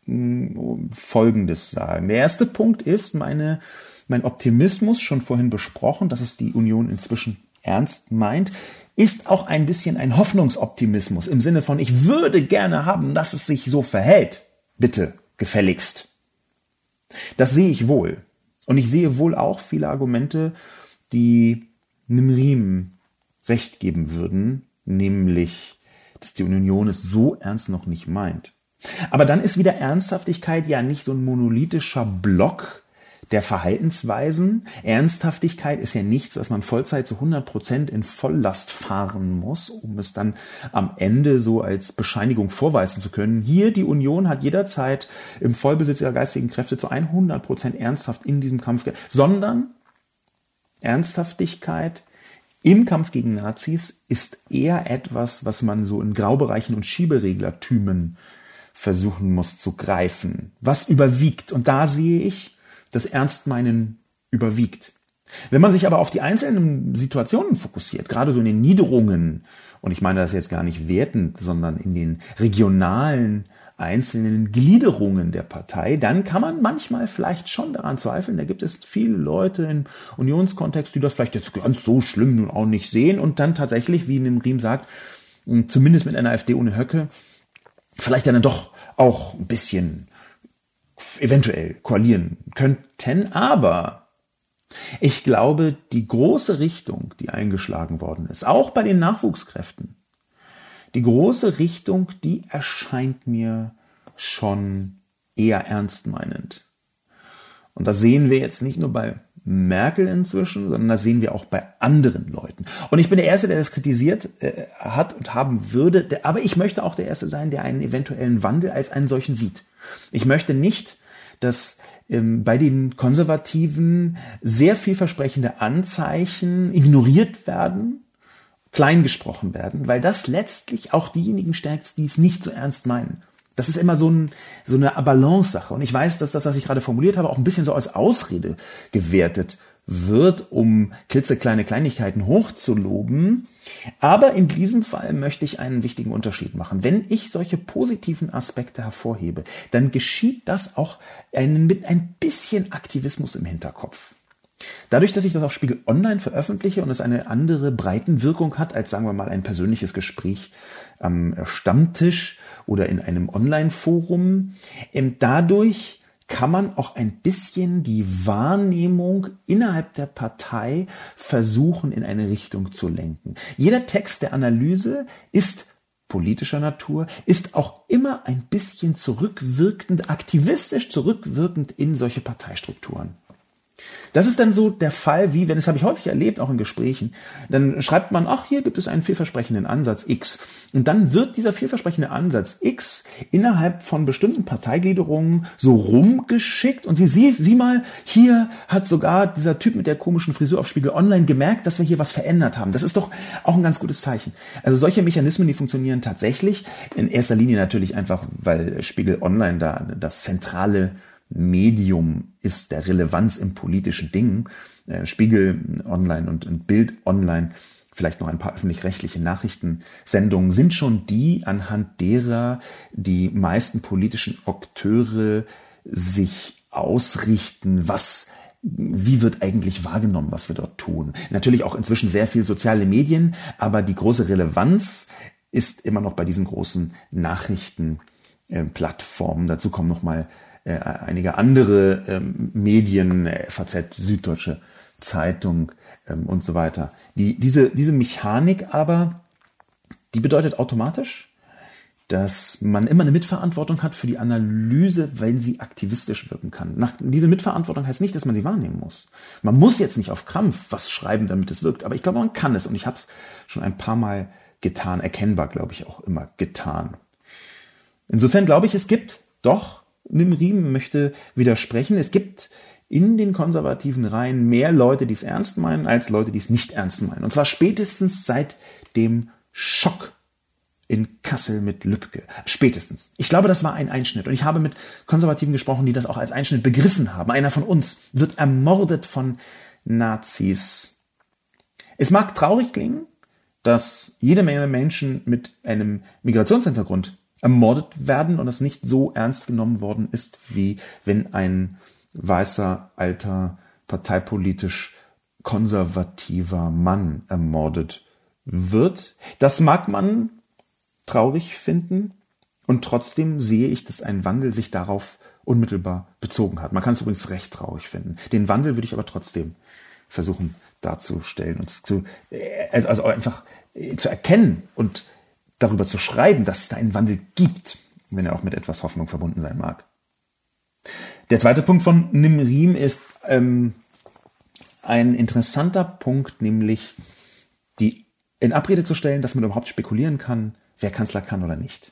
Folgendes sagen. Der erste Punkt ist mein Optimismus, schon vorhin besprochen, dass es die Union inzwischen ernst meint, ist auch ein bisschen ein Hoffnungsoptimismus im Sinne von, ich würde gerne haben, dass es sich so verhält. Bitte, gefälligst. Das sehe ich wohl. Und ich sehe wohl auch viele Argumente, die Nimrim recht geben würden, nämlich, dass die Union es so ernst noch nicht meint. Aber dann ist wieder Ernsthaftigkeit ja nicht so ein monolithischer Block der Verhaltensweisen. Ernsthaftigkeit ist ja nichts, was man Vollzeit zu 100% in Volllast fahren muss, um es dann am Ende so als Bescheinigung vorweisen zu können. Hier, die Union hat jederzeit im Vollbesitz ihrer geistigen Kräfte zu 100% ernsthaft in diesem Kampf, sondern Ernsthaftigkeit im Kampf gegen Nazis ist eher etwas, was man so in Graubereichen und Schiebereglertümen versuchen muss zu greifen. Was überwiegt? Und da sehe ich, das Ernstmeinen überwiegt. Wenn man sich aber auf die einzelnen Situationen fokussiert, gerade so in den Niederungen, und ich meine das jetzt gar nicht wertend, sondern in den regionalen einzelnen Gliederungen der Partei, dann kann man manchmal vielleicht schon daran zweifeln. Da gibt es viele Leute im Unionskontext, die das vielleicht jetzt ganz so schlimm nun auch nicht sehen und dann tatsächlich, wie Nimrim sagt, zumindest mit einer AfD ohne Höcke, vielleicht dann doch auch ein bisschen eventuell koalieren könnten. Aber ich glaube, die große Richtung, die eingeschlagen worden ist, auch bei den Nachwuchskräften, die große Richtung, die erscheint mir schon eher ernstmeinend. Und das sehen wir jetzt nicht nur bei Merkel inzwischen, sondern das sehen wir auch bei anderen Leuten. Und ich bin der Erste, der das kritisiert hat und haben würde, aber ich möchte auch der Erste sein, der einen eventuellen Wandel als einen solchen sieht. Ich möchte nicht, dass bei den Konservativen sehr vielversprechende Anzeichen ignoriert werden, klein gesprochen werden, weil das letztlich auch diejenigen stärkt, die es nicht so ernst meinen. Das ist immer so eine Balance-Sache. Und ich weiß, dass das, was ich gerade formuliert habe, auch ein bisschen so als Ausrede gewertet wird, um klitzekleine Kleinigkeiten hochzuloben. Aber in diesem Fall möchte ich einen wichtigen Unterschied machen. Wenn ich solche positiven Aspekte hervorhebe, dann geschieht das auch mit ein bisschen Aktivismus im Hinterkopf. Dadurch, dass ich das auf Spiegel Online veröffentliche und es eine andere Breitenwirkung hat, als sagen wir mal ein persönliches Gespräch am Stammtisch oder in einem Online-Forum, dadurch kann man auch ein bisschen die Wahrnehmung innerhalb der Partei versuchen, in eine Richtung zu lenken. Jeder Text der Analyse ist politischer Natur, ist auch immer ein bisschen zurückwirkend, aktivistisch zurückwirkend in solche Parteistrukturen. Das ist dann so der Fall, wie, das habe ich häufig erlebt, auch in Gesprächen, dann schreibt man, ach, hier gibt es einen vielversprechenden Ansatz X. Und dann wird dieser vielversprechende Ansatz X innerhalb von bestimmten Parteigliederungen so rumgeschickt und sieh mal, hier hat sogar dieser Typ mit der komischen Frisur auf Spiegel Online gemerkt, dass wir hier was verändert haben. Das ist doch auch ein ganz gutes Zeichen. Also solche Mechanismen, die funktionieren tatsächlich, in erster Linie natürlich einfach, weil Spiegel Online da das zentrale Medium ist der Relevanz im politischen Ding. Spiegel Online und Bild Online, vielleicht noch ein paar öffentlich-rechtliche Nachrichtensendungen, sind schon die, anhand derer die meisten politischen Akteure sich ausrichten, wie wird eigentlich wahrgenommen, was wir dort tun. Natürlich auch inzwischen sehr viel soziale Medien, aber die große Relevanz ist immer noch bei diesen großen Nachrichtenplattformen. Dazu kommen nochmal einige andere Medien, FAZ, Süddeutsche Zeitung und so weiter. Diese Mechanik aber, die bedeutet automatisch, dass man immer eine Mitverantwortung hat für die Analyse, wenn sie aktivistisch wirken kann. Diese Mitverantwortung heißt nicht, dass man sie wahrnehmen muss. Man muss jetzt nicht auf Krampf was schreiben, damit es wirkt, aber ich glaube, man kann es und ich habe es schon ein paar Mal getan, erkennbar, glaube ich, auch immer getan. Insofern glaube ich, es gibt doch, Nim Riem möchte widersprechen, es gibt in den konservativen Reihen mehr Leute, die es ernst meinen, als Leute, die es nicht ernst meinen. Und zwar spätestens seit dem Schock in Kassel mit Lübcke. Spätestens. Ich glaube, das war ein Einschnitt. Und ich habe mit Konservativen gesprochen, die das auch als Einschnitt begriffen haben. Einer von uns wird ermordet von Nazis. Es mag traurig klingen, dass jede Menge Menschen mit einem Migrationshintergrund ermordet werden und das nicht so ernst genommen worden ist, wie wenn ein weißer, alter, parteipolitisch konservativer Mann ermordet wird. Das mag man traurig finden und trotzdem sehe ich, dass ein Wandel sich darauf unmittelbar bezogen hat. Man kann es übrigens recht traurig finden. Den Wandel würde ich aber trotzdem versuchen darzustellen und also einfach zu erkennen und darüber zu schreiben, dass es da einen Wandel gibt, wenn er auch mit etwas Hoffnung verbunden sein mag. Der zweite Punkt von Nim Riem ist ein interessanter Punkt, nämlich die in Abrede zu stellen, dass man überhaupt spekulieren kann, wer Kanzler kann oder nicht.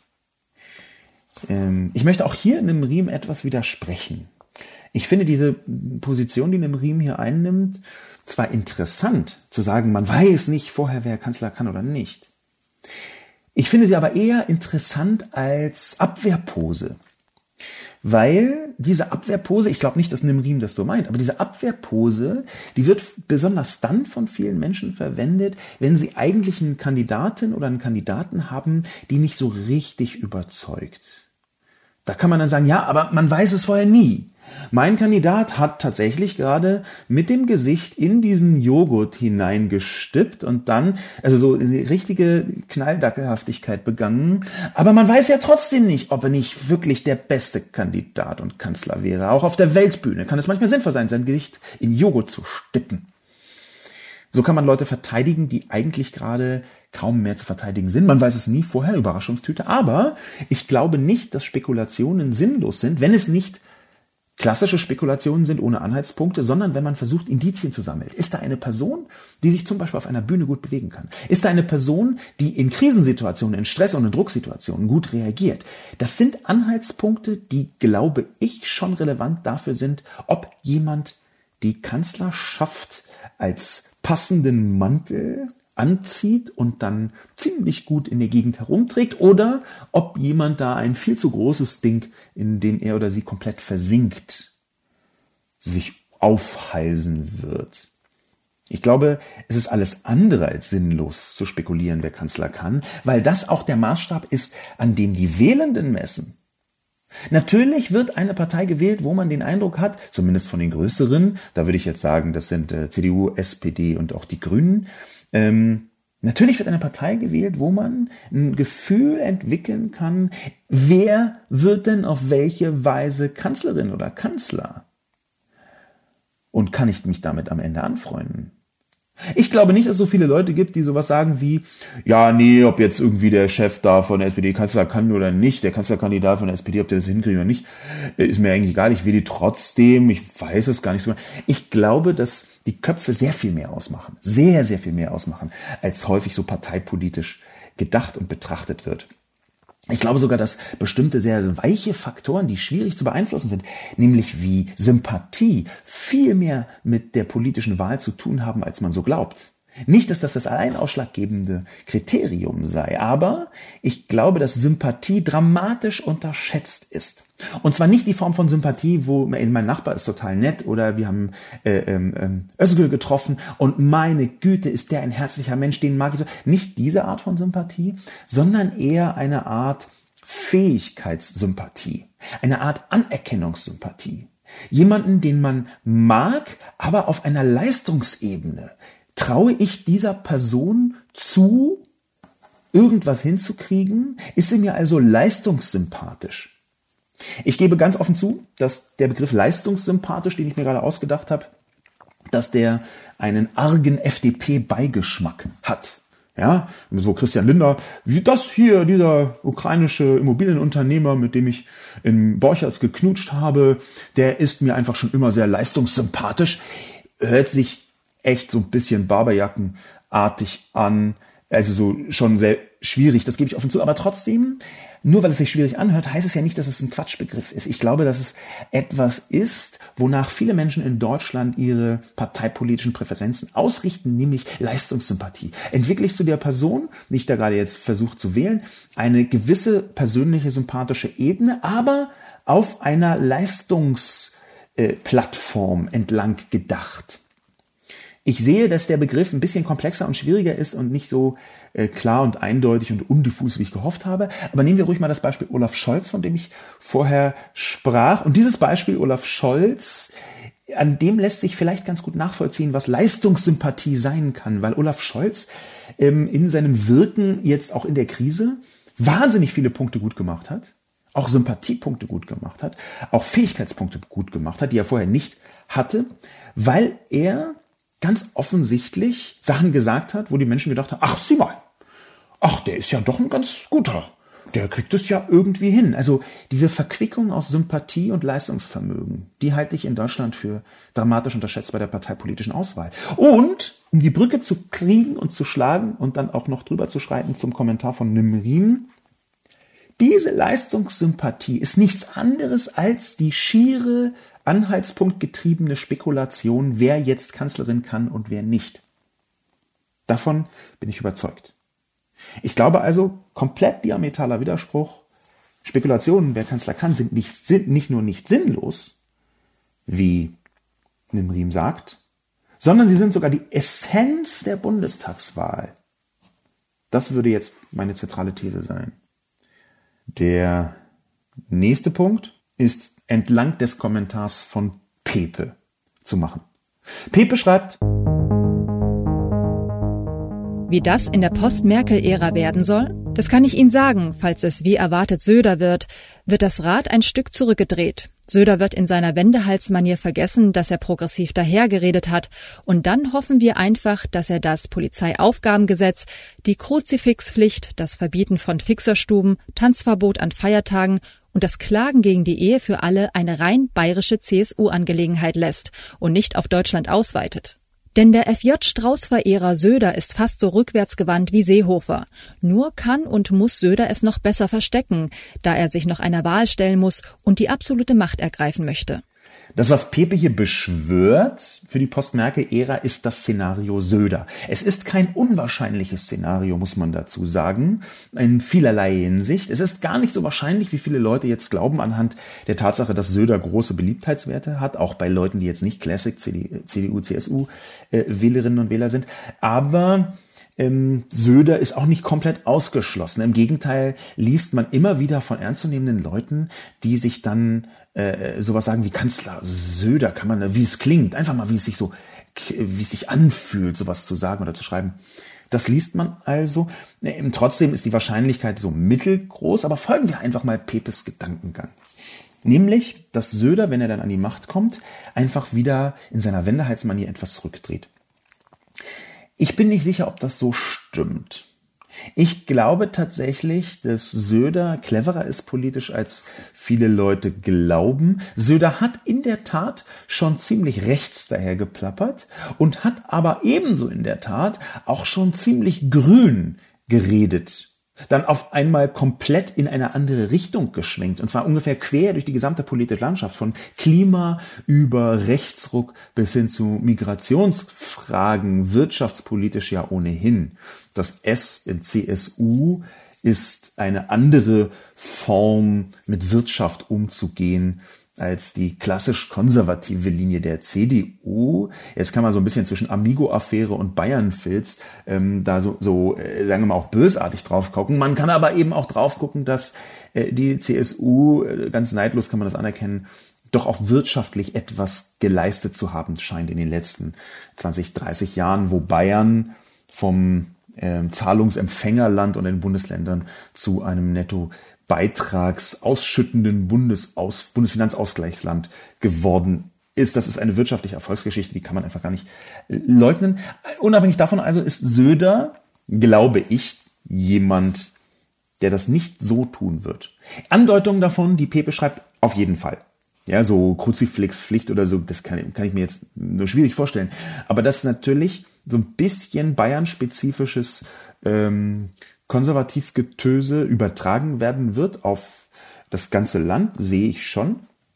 Ich möchte auch hier Nim Riem etwas widersprechen. Ich finde diese Position, die Nim Riem hier einnimmt, zwar interessant, zu sagen, man weiß nicht vorher, wer Kanzler kann oder nicht. Ich finde sie aber eher interessant als Abwehrpose, weil diese Abwehrpose, ich glaube nicht, dass Nim Riem das so meint, aber diese Abwehrpose, die wird besonders dann von vielen Menschen verwendet, wenn sie eigentlich eine Kandidatin oder einen Kandidaten haben, die nicht so richtig überzeugt. Da kann man dann sagen, ja, aber man weiß es vorher nie. Mein Kandidat hat tatsächlich gerade mit dem Gesicht in diesen Joghurt hineingestippt und dann, also so eine richtige Knalldackelhaftigkeit begangen. Aber man weiß ja trotzdem nicht, ob er nicht wirklich der beste Kandidat und Kanzler wäre. Auch auf der Weltbühne kann es manchmal sinnvoll sein, sein Gesicht in Joghurt zu stippen. So kann man Leute verteidigen, die eigentlich gerade kaum mehr zu verteidigen sind. Man weiß es nie vorher, Überraschungstüte. Aber ich glaube nicht, dass Spekulationen sinnlos sind, wenn es nicht klassische Spekulationen sind ohne Anhaltspunkte, sondern wenn man versucht, Indizien zu sammeln. Ist da eine Person, die sich zum Beispiel auf einer Bühne gut bewegen kann? Ist da eine Person, die in Krisensituationen, in Stress- und in Drucksituationen gut reagiert? Das sind Anhaltspunkte, die, glaube ich, schon relevant dafür sind, ob jemand die Kanzlerschaft als passenden Mantel anzieht und dann ziemlich gut in der Gegend herumträgt oder ob jemand da ein viel zu großes Ding, in dem er oder sie komplett versinkt, sich aufhalsen wird. Ich glaube, es ist alles andere als sinnlos zu spekulieren, wer Kanzler kann, weil das auch der Maßstab ist, an dem die Wählenden messen. Natürlich wird eine Partei gewählt, wo man den Eindruck hat, zumindest von den größeren, da würde ich jetzt sagen, das sind CDU, SPD und auch die Grünen, natürlich wird eine Partei gewählt, wo man ein Gefühl entwickeln kann, wer wird denn auf welche Weise Kanzlerin oder Kanzler? Und kann ich mich damit am Ende anfreunden? Ich glaube nicht, dass es so viele Leute gibt, die sowas sagen wie, ja, nee, ob jetzt irgendwie der Chef da von der SPD Kanzler kann oder nicht, der Kanzlerkandidat von der SPD, ob der das hinkriegt oder nicht, ist mir eigentlich egal, ich will die trotzdem, ich weiß es gar nicht so. Ich glaube, dass die Köpfe sehr viel mehr ausmachen, sehr, sehr viel mehr ausmachen, als häufig so parteipolitisch gedacht und betrachtet wird. Ich glaube sogar, dass bestimmte sehr weiche Faktoren, die schwierig zu beeinflussen sind, nämlich wie Sympathie, viel mehr mit der politischen Wahl zu tun haben, als man so glaubt. Nicht, dass das allein ausschlaggebende Kriterium sei, aber ich glaube, dass Sympathie dramatisch unterschätzt ist. Und zwar nicht die Form von Sympathie, wo mein Nachbar ist total nett oder wir haben Özgür getroffen und meine Güte, ist der ein herzlicher Mensch, den mag ich so. Nicht diese Art von Sympathie, sondern eher eine Art Fähigkeitssympathie, eine Art Anerkennungssympathie. Jemanden, den man mag, aber auf einer Leistungsebene. Traue ich dieser Person zu, irgendwas hinzukriegen? Ist sie mir also leistungssympathisch? Ich gebe ganz offen zu, dass der Begriff leistungssympathisch, den ich mir gerade ausgedacht habe, dass der einen argen FDP-Beigeschmack hat. Ja, so Christian Lindner, wie das hier, dieser ukrainische Immobilienunternehmer, mit dem ich in Borchertz geknutscht habe, der ist mir einfach schon immer sehr leistungssympathisch. Hört sich echt so ein bisschen Barberjackenartig an, also so schon sehr schwierig, das gebe ich offen zu, aber trotzdem, nur weil es sich schwierig anhört, heißt es ja nicht, dass es ein Quatschbegriff ist. Ich glaube, dass es etwas ist, wonach viele Menschen in Deutschland ihre parteipolitischen Präferenzen ausrichten, nämlich Leistungssympathie. Entwickle ich zu der Person, die ich da gerade jetzt versuche zu wählen, eine gewisse persönliche sympathische Ebene, aber auf einer Leistungsplattform entlang gedacht. Ich sehe, dass der Begriff ein bisschen komplexer und schwieriger ist und nicht so klar und eindeutig und undiffus, wie ich gehofft habe. Aber nehmen wir ruhig mal das Beispiel Olaf Scholz, von dem ich vorher sprach. Und dieses Beispiel Olaf Scholz, an dem lässt sich vielleicht ganz gut nachvollziehen, was Leistungssympathie sein kann, weil Olaf Scholz in seinem Wirken jetzt auch in der Krise wahnsinnig viele Punkte gut gemacht hat, auch Sympathiepunkte gut gemacht hat, auch Fähigkeitspunkte gut gemacht hat, die er vorher nicht hatte, weil er ganz offensichtlich Sachen gesagt hat, wo die Menschen gedacht haben, ach, sieh mal, ach, der ist ja doch ein ganz guter, der kriegt es ja irgendwie hin. Also diese Verquickung aus Sympathie und Leistungsvermögen, die halte ich in Deutschland für dramatisch unterschätzt bei der parteipolitischen Auswahl. Und um die Brücke zu kriegen und zu schlagen und dann auch noch drüber zu schreiten zum Kommentar von Nimriem, diese Leistungssympathie ist nichts anderes als die schiere anhaltspunktgetriebene Spekulation, wer jetzt Kanzlerin kann und wer nicht. Davon bin ich überzeugt. Ich glaube also, komplett diametraler Widerspruch. Spekulationen, wer Kanzler kann, sind nicht nur nicht sinnlos, wie Nimriem sagt, sondern sie sind sogar die Essenz der Bundestagswahl. Das würde jetzt meine zentrale These sein. Der nächste Punkt ist entlang des Kommentars von Pepe zu machen. Pepe schreibt: Wie das in der Post-Merkel-Ära werden soll, das kann ich Ihnen sagen. Falls es wie erwartet Söder wird das Rad ein Stück zurückgedreht. Söder wird in seiner Wendehalsmanier vergessen, dass er progressiv dahergeredet hat. Und dann hoffen wir einfach, dass er das Polizeiaufgabengesetz, die Kruzifixpflicht, das Verbieten von Fixerstuben, Tanzverbot an Feiertagen und das Klagen gegen die Ehe für alle eine rein bayerische CSU-Angelegenheit lässt und nicht auf Deutschland ausweitet. Denn der FJ-Strauß-Verehrer Söder ist fast so rückwärtsgewandt wie Seehofer. Nur kann und muss Söder es noch besser verstecken, da er sich noch einer Wahl stellen muss und die absolute Macht ergreifen möchte. Das, was Pepe hier beschwört für die Post-Merkel-Ära, ist das Szenario Söder. Es ist kein unwahrscheinliches Szenario, muss man dazu sagen, in vielerlei Hinsicht. Es ist gar nicht so wahrscheinlich, wie viele Leute jetzt glauben, anhand der Tatsache, dass Söder große Beliebtheitswerte hat, auch bei Leuten, die jetzt nicht Classic CDU, CSU Wählerinnen und Wähler sind. Aber Söder ist auch nicht komplett ausgeschlossen. Im Gegenteil liest man immer wieder von ernstzunehmenden Leuten, die sich dann sowas sagen wie Kanzler Söder, kann man, wie es klingt, einfach mal, wie es sich anfühlt, sowas zu sagen oder zu schreiben. Das liest man also. Trotzdem ist die Wahrscheinlichkeit so mittelgroß, aber folgen wir einfach mal Pepes Gedankengang. Nämlich, dass Söder, wenn er dann an die Macht kommt, einfach wieder in seiner Wendehalsmanier etwas zurückdreht. Ich bin nicht sicher, ob das so stimmt. Ich glaube tatsächlich, dass Söder cleverer ist politisch, als viele Leute glauben. Söder hat in der Tat schon ziemlich rechts daher geplappert und hat aber ebenso in der Tat auch schon ziemlich grün geredet. Dann auf einmal komplett in eine andere Richtung geschwenkt. Und zwar ungefähr quer durch die gesamte politische Landschaft. Von Klima über Rechtsruck bis hin zu Migrationsfragen, wirtschaftspolitisch ja ohnehin. Das S in CSU ist eine andere Form, mit Wirtschaft umzugehen, als die klassisch konservative Linie der CDU. Jetzt kann man so ein bisschen zwischen Amigo-Affäre und Bayern-Filz da sagen wir mal auch bösartig drauf gucken. Man kann aber eben auch drauf gucken, dass die CSU, ganz neidlos kann man das anerkennen, doch auch wirtschaftlich etwas geleistet zu haben scheint in den letzten 20, 30 Jahren, wo Bayern vom Zahlungsempfängerland und den Bundesländern zu einem Netto-Beitragsausschüttenden Bundesfinanzausgleichsland geworden ist. Das ist eine wirtschaftliche Erfolgsgeschichte, die kann man einfach gar nicht leugnen. Unabhängig davon also ist Söder, glaube ich, jemand, der das nicht so tun wird. Andeutungen davon, die Pepe schreibt, auf jeden Fall. Ja, so Kruzifixpflicht oder so, das kann ich mir jetzt nur schwierig vorstellen. Aber das natürlich so ein bisschen Bayern-spezifisches Konservativgetöse übertragen werden wird auf das ganze Land, sehe ich schon.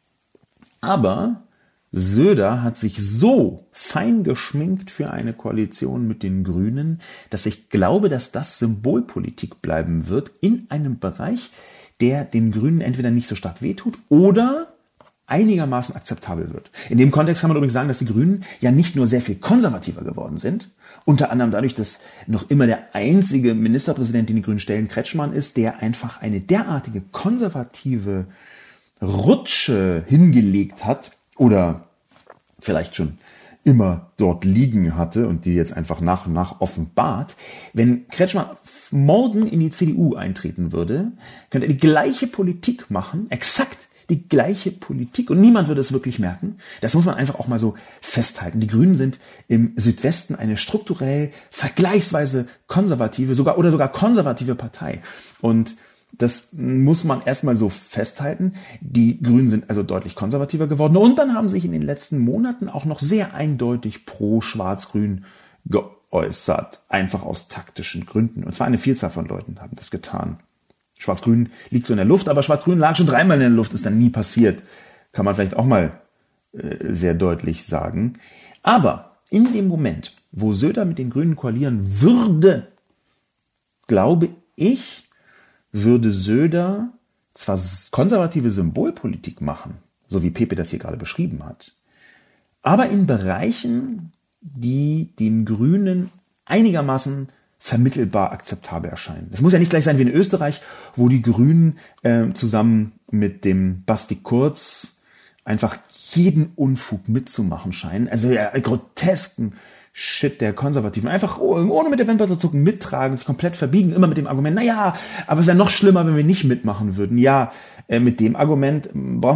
Aber Söder hat sich so fein geschminkt für eine Koalition mit den Grünen, dass ich glaube, dass das Symbolpolitik bleiben wird in einem Bereich, der den Grünen entweder nicht so stark wehtut oder einigermaßen akzeptabel wird. In dem Kontext kann man übrigens sagen, dass die Grünen ja nicht nur sehr viel konservativer geworden sind, unter anderem dadurch, dass noch immer der einzige Ministerpräsident, den die Grünen stellen, Kretschmann ist, der einfach eine derartige konservative Rutsche hingelegt hat oder vielleicht schon immer dort liegen hatte und die jetzt einfach nach und nach offenbart. Wenn Kretschmann morgen in die CDU eintreten würde, könnte er die gleiche Politik machen, exakt die gleiche Politik und niemand würde es wirklich merken. Das muss man einfach auch mal so festhalten. Die Grünen sind im Südwesten eine strukturell vergleichsweise konservative, sogar konservative Partei. Und das muss man erstmal so festhalten. Die Grünen sind also deutlich konservativer geworden und dann haben sich in den letzten Monaten auch noch sehr eindeutig pro Schwarz-Grün geäußert. Einfach aus taktischen Gründen. Und zwar eine Vielzahl von Leuten haben das getan. Schwarz-Grün liegt so in der Luft, aber Schwarz-Grün lag schon dreimal in der Luft, ist dann nie passiert. Kann man vielleicht auch mal sehr deutlich sagen. Aber in dem Moment, wo Söder mit den Grünen koalieren würde, glaube ich, würde Söder zwar konservative Symbolpolitik machen, so wie Pepe das hier gerade beschrieben hat, aber in Bereichen, die den Grünen einigermaßen vermittelbar akzeptabel erscheinen. Das muss ja nicht gleich sein wie in Österreich, wo die Grünen zusammen mit dem Basti Kurz einfach jeden Unfug mitzumachen scheinen. Also ja, grotesken Shit der Konservativen. Einfach ohne mit der Wimper zu zucken mittragen, sich komplett verbiegen, immer mit dem Argument, naja, aber es wäre noch schlimmer, wenn wir nicht mitmachen würden. Ja, mit dem Argument braucht man eigentlich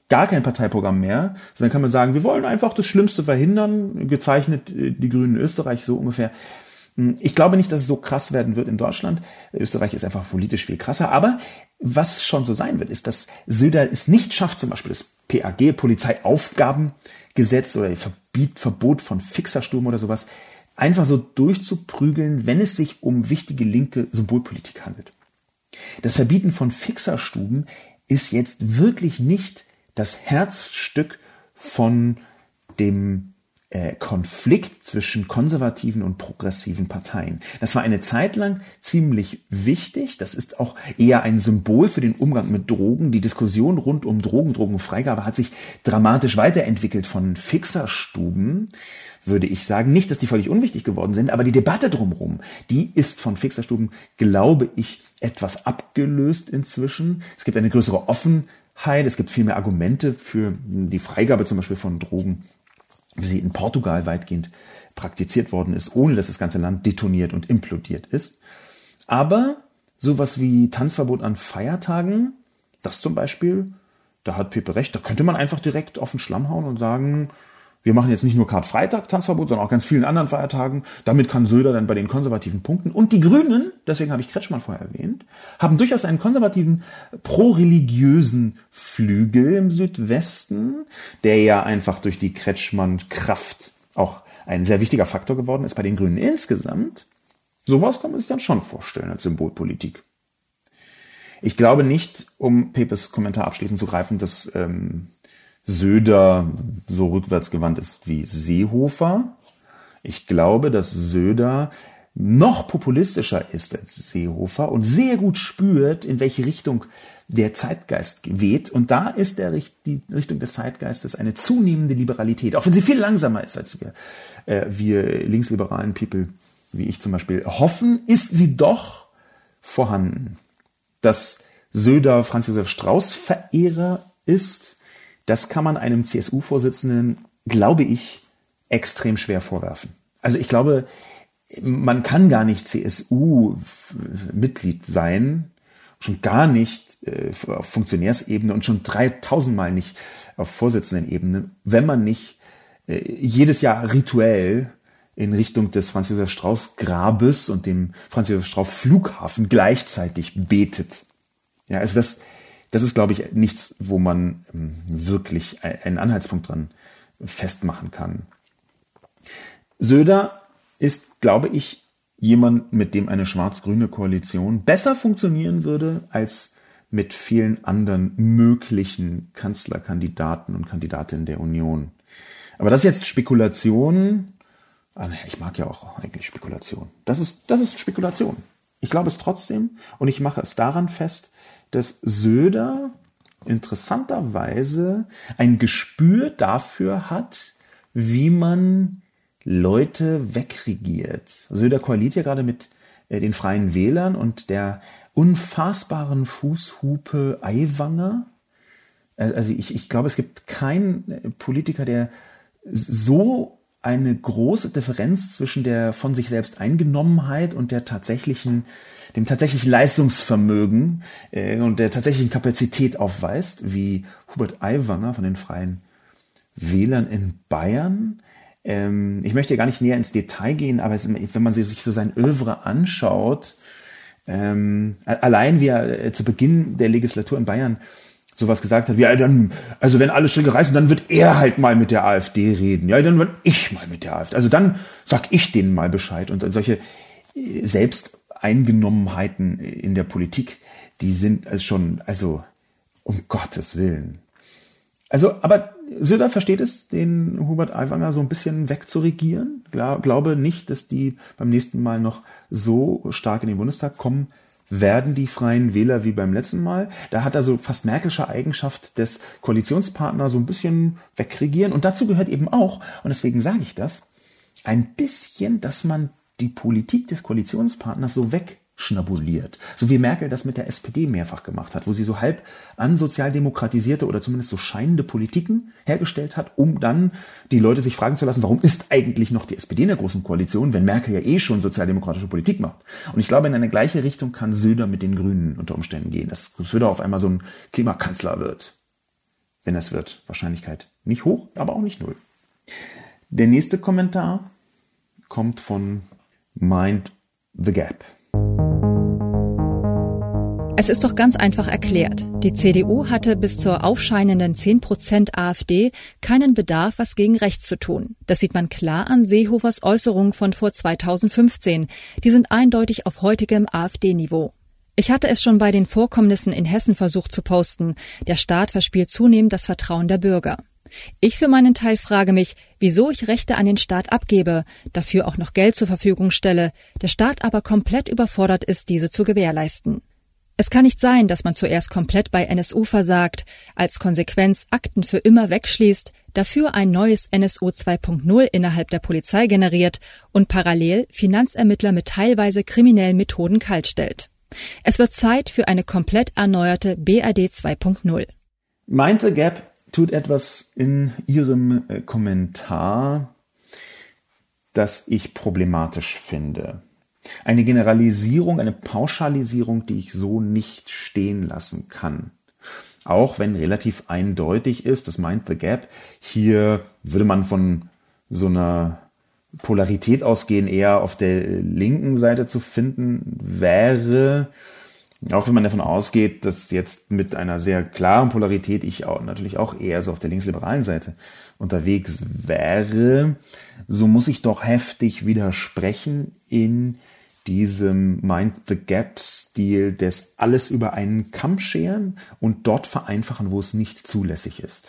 gar kein Parteiprogramm mehr, sondern kann man sagen, wir wollen einfach das Schlimmste verhindern, gezeichnet die Grünen in Österreich so ungefähr. Ich glaube nicht, dass es so krass werden wird in Deutschland. Österreich ist einfach politisch viel krasser. Aber was schon so sein wird, ist, dass Söder es nicht schafft, zum Beispiel das PAG, Polizeiaufgabengesetz oder Verbot von Fixerstuben oder sowas, einfach so durchzuprügeln, wenn es sich um wichtige linke Symbolpolitik handelt. Das Verbieten von Fixerstuben ist jetzt wirklich nicht das Herzstück von dem Konflikt zwischen konservativen und progressiven Parteien. Das war eine Zeit lang ziemlich wichtig. Das ist auch eher ein Symbol für den Umgang mit Drogen. Die Diskussion rund um Drogenfreigabe hat sich dramatisch weiterentwickelt. Von Fixerstuben würde ich sagen, nicht, dass die völlig unwichtig geworden sind, aber die Debatte drumherum, die ist von Fixerstuben, glaube ich, etwas abgelöst inzwischen. Es gibt eine größere Offenheit, es gibt viel mehr Argumente für die Freigabe zum Beispiel von Drogen, wie sie in Portugal weitgehend praktiziert worden ist, ohne dass das ganze Land detoniert und implodiert ist. Aber sowas wie Tanzverbot an Feiertagen, das zum Beispiel, da hat Pepe recht, da könnte man einfach direkt auf den Schlamm hauen und sagen, wir machen jetzt nicht nur Karfreitag Tanzverbot, sondern auch ganz vielen anderen Feiertagen. Damit kann Söder dann bei den Konservativen punkten. Und die Grünen, deswegen habe ich Kretschmann vorher erwähnt, haben durchaus einen konservativen, pro-religiösen Flügel im Südwesten, der ja einfach durch die Kretschmann-Kraft auch ein sehr wichtiger Faktor geworden ist bei den Grünen insgesamt. Sowas kann man sich dann schon vorstellen als Symbolpolitik. Ich glaube nicht, um Pepes Kommentar abschließend zu greifen, dass Söder so rückwärtsgewandt ist wie Seehofer. Ich glaube, dass Söder noch populistischer ist als Seehofer und sehr gut spürt, in welche Richtung der Zeitgeist weht. Und da ist die Richtung des Zeitgeistes eine zunehmende Liberalität. Auch wenn sie viel langsamer ist, als wir linksliberalen People, wie ich zum Beispiel, hoffen, ist sie doch vorhanden. Dass Söder Franz Josef Strauß Verehrer ist, das kann man einem CSU-Vorsitzenden, glaube ich, extrem schwer vorwerfen. Also ich glaube, man kann gar nicht CSU-Mitglied sein, schon gar nicht auf Funktionärsebene und schon 3000 Mal nicht auf Vorsitzendenebene, wenn man nicht jedes Jahr rituell in Richtung des Franz Josef Strauß Grabes und dem Franz Josef Strauß Flughafen gleichzeitig betet. Ja, also das ist, glaube ich, nichts, wo man wirklich einen Anhaltspunkt dran festmachen kann. Söder ist, glaube ich, jemand, mit dem eine schwarz-grüne Koalition besser funktionieren würde als mit vielen anderen möglichen Kanzlerkandidaten und Kandidatinnen der Union. Aber das ist jetzt Spekulation. Ich mag ja auch eigentlich Spekulation. Das ist Spekulation. Ich glaube es trotzdem und ich mache es daran fest, dass Söder interessanterweise ein Gespür dafür hat, wie man Leute wegregiert. Söder koaliert ja gerade mit den Freien Wählern und der unfassbaren Fußhupe Aiwanger. Also ich glaube, es gibt keinen Politiker, der so eine große Differenz zwischen der von sich selbst Eingenommenheit und dem tatsächlichen Leistungsvermögen und der tatsächlichen Kapazität aufweist, wie Hubert Aiwanger von den Freien Wählern in Bayern. Ich möchte gar nicht näher ins Detail gehen, aber wenn man sich so sein Œuvre anschaut, allein wie er zu Beginn der Legislatur in Bayern sowas gesagt hat, wie, ja, dann, also wenn alle Stricke reißen, dann wird er halt mal mit der AfD reden. Ja, dann wird ich mal mit der AfD. Also dann sag ich denen mal Bescheid. Und solche Selbsteingenommenheiten in der Politik, die sind schon, um Gottes Willen. Aber Söder versteht es, den Hubert Aiwanger so ein bisschen wegzuregieren. Glaube nicht, dass die beim nächsten Mal noch so stark in den Bundestag kommen werden, die Freien Wähler, wie beim letzten Mal. Da hat er so fast märkische Eigenschaft des Koalitionspartners so ein bisschen wegregieren. Und dazu gehört eben auch, und deswegen sage ich das, ein bisschen, dass man die Politik des Koalitionspartners so wegschnabuliert. So wie Merkel das mit der SPD mehrfach gemacht hat, wo sie so halb ansozialdemokratisierte oder zumindest so scheinende Politiken hergestellt hat, um dann die Leute sich fragen zu lassen, warum ist eigentlich noch die SPD in der Großen Koalition, wenn Merkel ja eh schon sozialdemokratische Politik macht. Und ich glaube, in eine gleiche Richtung kann Söder mit den Grünen unter Umständen gehen, dass Söder auf einmal so ein Klimakanzler wird. wenn es wird. Wahrscheinlichkeit nicht hoch, aber auch nicht null. Der nächste Kommentar kommt von Mind the Gap. Es ist doch ganz einfach erklärt. Die CDU hatte bis zur aufscheinenden 10% AfD keinen Bedarf, was gegen rechts zu tun. Das sieht man klar an Seehofers Äußerungen von vor 2015. Die sind eindeutig auf heutigem AfD-Niveau. Ich hatte es schon bei den Vorkommnissen in Hessen versucht zu posten. Der Staat verspielt zunehmend das Vertrauen der Bürger. Ich für meinen Teil frage mich, wieso ich Rechte an den Staat abgebe, dafür auch noch Geld zur Verfügung stelle, der Staat aber komplett überfordert ist, diese zu gewährleisten. Es kann nicht sein, dass man zuerst komplett bei NSU versagt, als Konsequenz Akten für immer wegschließt, dafür ein neues NSU 2.0 innerhalb der Polizei generiert und parallel Finanzermittler mit teilweise kriminellen Methoden kaltstellt. Es wird Zeit für eine komplett erneuerte BRD 2.0. Mind the Gap tut etwas in ihrem Kommentar, das ich problematisch finde. Eine Generalisierung, eine Pauschalisierung, die ich so nicht stehen lassen kann. Auch wenn relativ eindeutig ist, das Mind the Gap, hier würde man von so einer Polarität ausgehen, eher auf der linken Seite zu finden wäre. Auch wenn man davon ausgeht, dass jetzt mit einer sehr klaren Polarität ich auch natürlich auch eher so auf der linksliberalen Seite unterwegs wäre, so muss ich doch heftig widersprechen in diesem Mind the Gap-Stil des alles über einen Kamm scheren und dort vereinfachen, wo es nicht zulässig ist.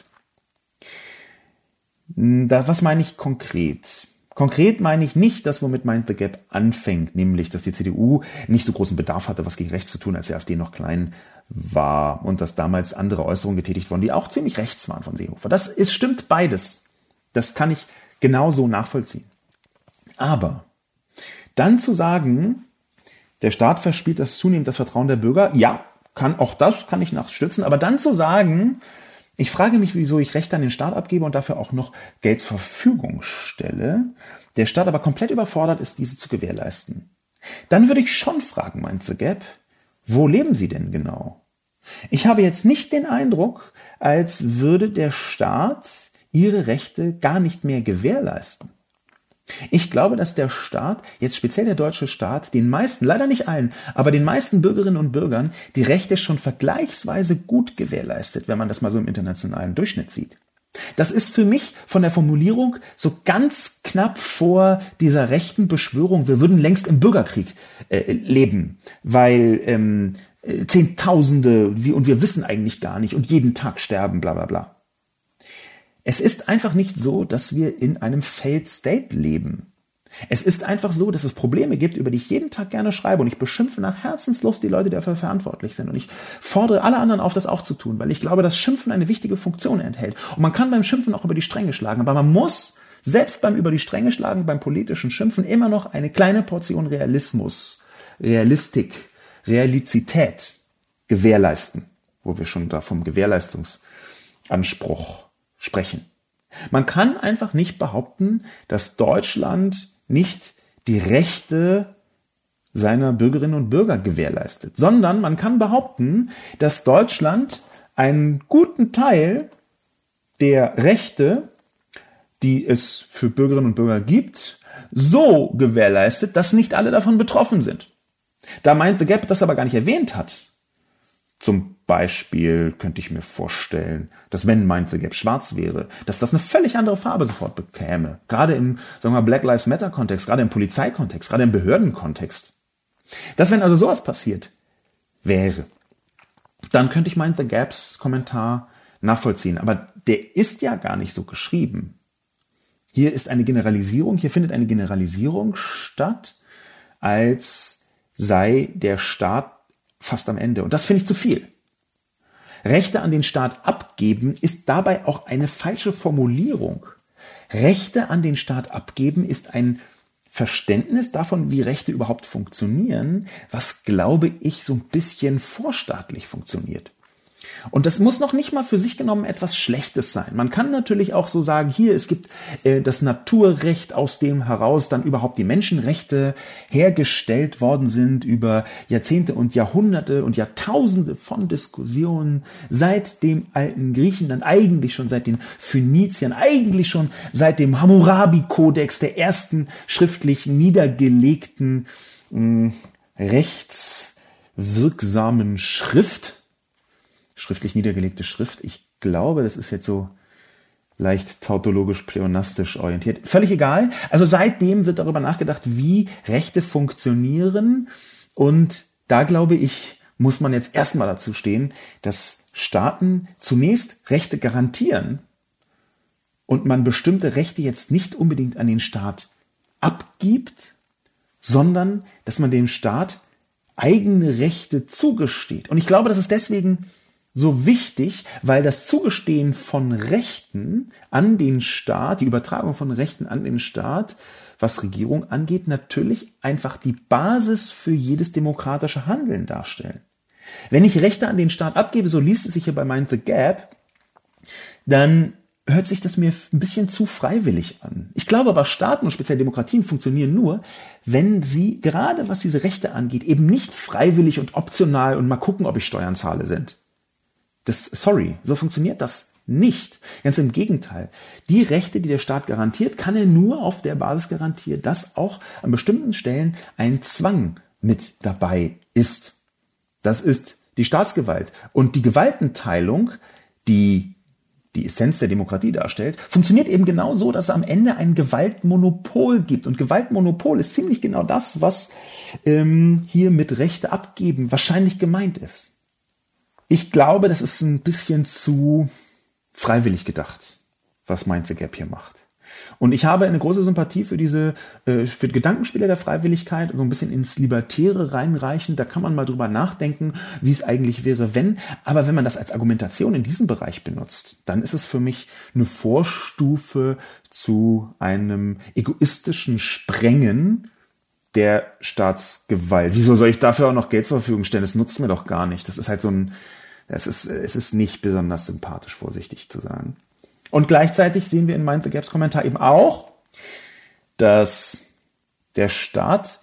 Was meine ich konkret? Konkret meine ich nicht das, womit Mind the Gap anfängt, nämlich, dass die CDU nicht so großen Bedarf hatte, was gegen rechts zu tun, als die AfD noch klein war und dass damals andere Äußerungen getätigt wurden, die auch ziemlich rechts waren von Seehofer. Stimmt beides. Das kann ich genauso nachvollziehen. Aber dann zu sagen, der Staat verspielt das zunehmend das Vertrauen der Bürger, ja, das kann ich nachstützen, aber dann zu sagen, ich frage mich, wieso ich Rechte an den Staat abgebe und dafür auch noch Geld zur Verfügung stelle, der Staat aber komplett überfordert ist, diese zu gewährleisten. Dann würde ich schon fragen, Mind the Gap, wo leben Sie denn genau? Ich habe jetzt nicht den Eindruck, als würde der Staat Ihre Rechte gar nicht mehr gewährleisten. Ich glaube, dass der Staat, jetzt speziell der deutsche Staat, den meisten, leider nicht allen, aber den meisten Bürgerinnen und Bürgern die Rechte schon vergleichsweise gut gewährleistet, wenn man das mal so im internationalen Durchschnitt sieht. Das ist für mich von der Formulierung so ganz knapp vor dieser rechten Beschwörung, wir würden längst im Bürgerkrieg leben, weil Zehntausende, und wir wissen eigentlich gar nicht und jeden Tag sterben, bla bla bla. Es ist einfach nicht so, dass wir in einem Failed State leben. Es ist einfach so, dass es Probleme gibt, über die ich jeden Tag gerne schreibe und ich beschimpfe nach Herzenslust die Leute, die dafür verantwortlich sind. Und ich fordere alle anderen auf, das auch zu tun, weil ich glaube, dass Schimpfen eine wichtige Funktion enthält. Und man kann beim Schimpfen auch über die Stränge schlagen, aber man muss selbst beim über die Stränge schlagen, beim politischen Schimpfen immer noch eine kleine Portion Realismus, Realistik, Realizität gewährleisten, wo wir schon da vom Gewährleistungsanspruch sprechen. Man kann einfach nicht behaupten, dass Deutschland nicht die Rechte seiner Bürgerinnen und Bürger gewährleistet, sondern man kann behaupten, dass Deutschland einen guten Teil der Rechte, die es für Bürgerinnen und Bürger gibt, so gewährleistet, dass nicht alle davon betroffen sind. Da Mind the Gap das aber gar nicht erwähnt hat, zum Beispiel könnte ich mir vorstellen, dass wenn Mind the Gap schwarz wäre, dass das eine völlig andere Farbe sofort bekäme. Gerade im, sagen wir mal, Black Lives Matter Kontext, gerade im Polizeikontext, gerade im Behördenkontext. Dass wenn also sowas passiert wäre, dann könnte ich Mind the Gaps Kommentar nachvollziehen. Aber der ist ja gar nicht so geschrieben. Hier ist eine Generalisierung, hier findet eine Generalisierung statt, als sei der Staat fast am Ende. Und das finde ich zu viel. Rechte an den Staat abgeben ist dabei auch eine falsche Formulierung. Rechte an den Staat abgeben ist ein Verständnis davon, wie Rechte überhaupt funktionieren, was, glaube ich, so ein bisschen vorstaatlich funktioniert. Und das muss noch nicht mal für sich genommen etwas Schlechtes sein. Man kann natürlich auch so sagen, hier, es gibt das Naturrecht, aus dem heraus dann überhaupt die Menschenrechte hergestellt worden sind über Jahrzehnte und Jahrhunderte und Jahrtausende von Diskussionen seit dem alten Griechenland, eigentlich schon seit den Phöniziern, eigentlich schon seit dem Hammurabi-Kodex, der ersten schriftlich niedergelegten rechtswirksamen schriftlich niedergelegte Schrift. Ich glaube, das ist jetzt so leicht tautologisch-pleonastisch orientiert. Völlig egal. Also seitdem wird darüber nachgedacht, wie Rechte funktionieren. Und da, glaube ich, muss man jetzt erstmal dazu stehen, dass Staaten zunächst Rechte garantieren und man bestimmte Rechte jetzt nicht unbedingt an den Staat abgibt, sondern dass man dem Staat eigene Rechte zugesteht. Und ich glaube, das ist deswegen so wichtig, weil das Zugestehen von Rechten an den Staat, die Übertragung von Rechten an den Staat, was Regierung angeht, natürlich einfach die Basis für jedes demokratische Handeln darstellen. Wenn ich Rechte an den Staat abgebe, so liest es sich hier bei Mind the Gap, dann hört sich das mir ein bisschen zu freiwillig an. Ich glaube aber, Staaten und speziell Demokratien funktionieren nur, wenn sie, gerade was diese Rechte angeht, eben nicht freiwillig und optional und mal gucken, ob ich Steuern zahle sind. So funktioniert das nicht. Ganz im Gegenteil. Die Rechte, die der Staat garantiert, kann er nur auf der Basis garantieren, dass auch an bestimmten Stellen ein Zwang mit dabei ist. Das ist die Staatsgewalt. Und die Gewaltenteilung, die die Essenz der Demokratie darstellt, funktioniert eben genau so, dass es am Ende ein Gewaltmonopol gibt. Und Gewaltmonopol ist ziemlich genau das, was hier mit Rechte abgeben wahrscheinlich gemeint ist. Ich glaube, das ist ein bisschen zu freiwillig gedacht, was Mind the Gap hier macht. Und ich habe eine große Sympathie für für Gedankenspiele der Freiwilligkeit, so ein bisschen ins Libertäre reinreichen. Da kann man mal drüber nachdenken, wie es eigentlich wäre, wenn. Aber wenn man das als Argumentation in diesem Bereich benutzt, dann ist es für mich eine Vorstufe zu einem egoistischen Sprengen der Staatsgewalt. Wieso soll ich dafür auch noch Geld zur Verfügung stellen? Das nutzt mir doch gar nicht. Das ist halt es ist nicht besonders sympathisch, vorsichtig zu sagen. Und gleichzeitig sehen wir in Mind the Gaps Kommentar eben auch, dass der Staat,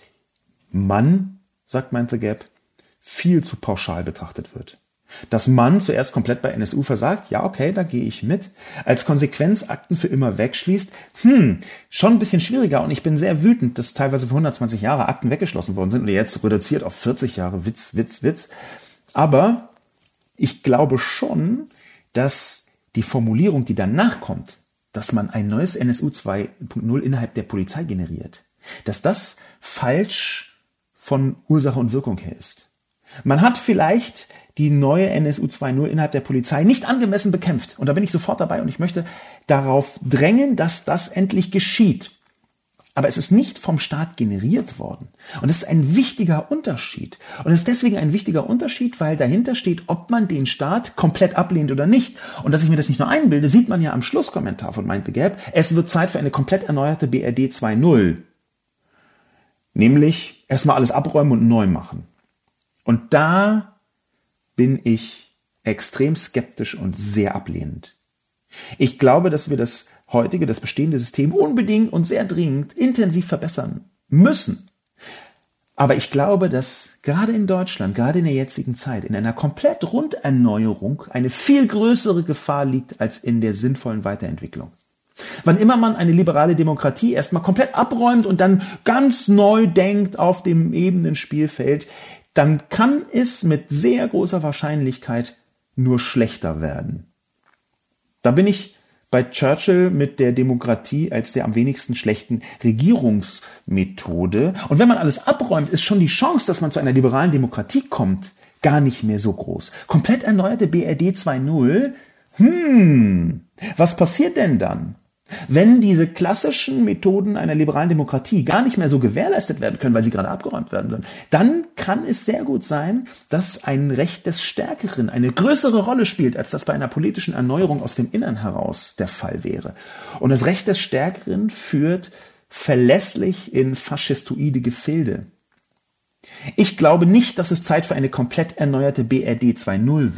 sagt Mind the Gap, viel zu pauschal betrachtet wird. Dass man zuerst komplett bei NSU versagt, ja okay, da gehe ich mit, als Konsequenz Akten für immer wegschließt, schon ein bisschen schwieriger und ich bin sehr wütend, dass teilweise für 120 Jahre Akten weggeschlossen worden sind und jetzt reduziert auf 40 Jahre, Witz. Aber ich glaube schon, dass die Formulierung, die danach kommt, dass man ein neues NSU 2.0 innerhalb der Polizei generiert, dass das falsch von Ursache und Wirkung her ist. Man hat vielleicht die neue NSU 2.0 innerhalb der Polizei nicht angemessen bekämpft. Und da bin ich sofort dabei und ich möchte darauf drängen, dass das endlich geschieht. Aber es ist nicht vom Staat generiert worden. Und es ist ein wichtiger Unterschied. Und es ist deswegen ein wichtiger Unterschied, weil dahinter steht, ob man den Staat komplett ablehnt oder nicht. Und dass ich mir das nicht nur einbilde, sieht man ja am Schlusskommentar von Mind the Gap. Es wird Zeit für eine komplett erneuerte BRD 2.0. Nämlich erstmal alles abräumen und neu machen. Und da bin ich extrem skeptisch und sehr ablehnend. Ich glaube, dass wir das bestehende System unbedingt und sehr dringend intensiv verbessern müssen. Aber ich glaube, dass gerade in Deutschland, gerade in der jetzigen Zeit, in einer komplett Runderneuerung eine viel größere Gefahr liegt als in der sinnvollen Weiterentwicklung. Wann immer man eine liberale Demokratie erstmal komplett abräumt und dann ganz neu denkt auf dem ebenen Spielfeld, dann kann es mit sehr großer Wahrscheinlichkeit nur schlechter werden. Da bin ich bei Churchill mit der Demokratie als der am wenigsten schlechten Regierungsmethode. Und wenn man alles abräumt, ist schon die Chance, dass man zu einer liberalen Demokratie kommt, gar nicht mehr so groß. Komplett erneuerte BRD 2.0. Was passiert denn dann? Wenn diese klassischen Methoden einer liberalen Demokratie gar nicht mehr so gewährleistet werden können, weil sie gerade abgeräumt werden sollen, dann kann es sehr gut sein, dass ein Recht des Stärkeren eine größere Rolle spielt, als das bei einer politischen Erneuerung aus dem Innern heraus der Fall wäre. Und das Recht des Stärkeren führt verlässlich in faschistoide Gefilde. Ich glaube nicht, dass es Zeit für eine komplett erneuerte BRD 2.0 wird.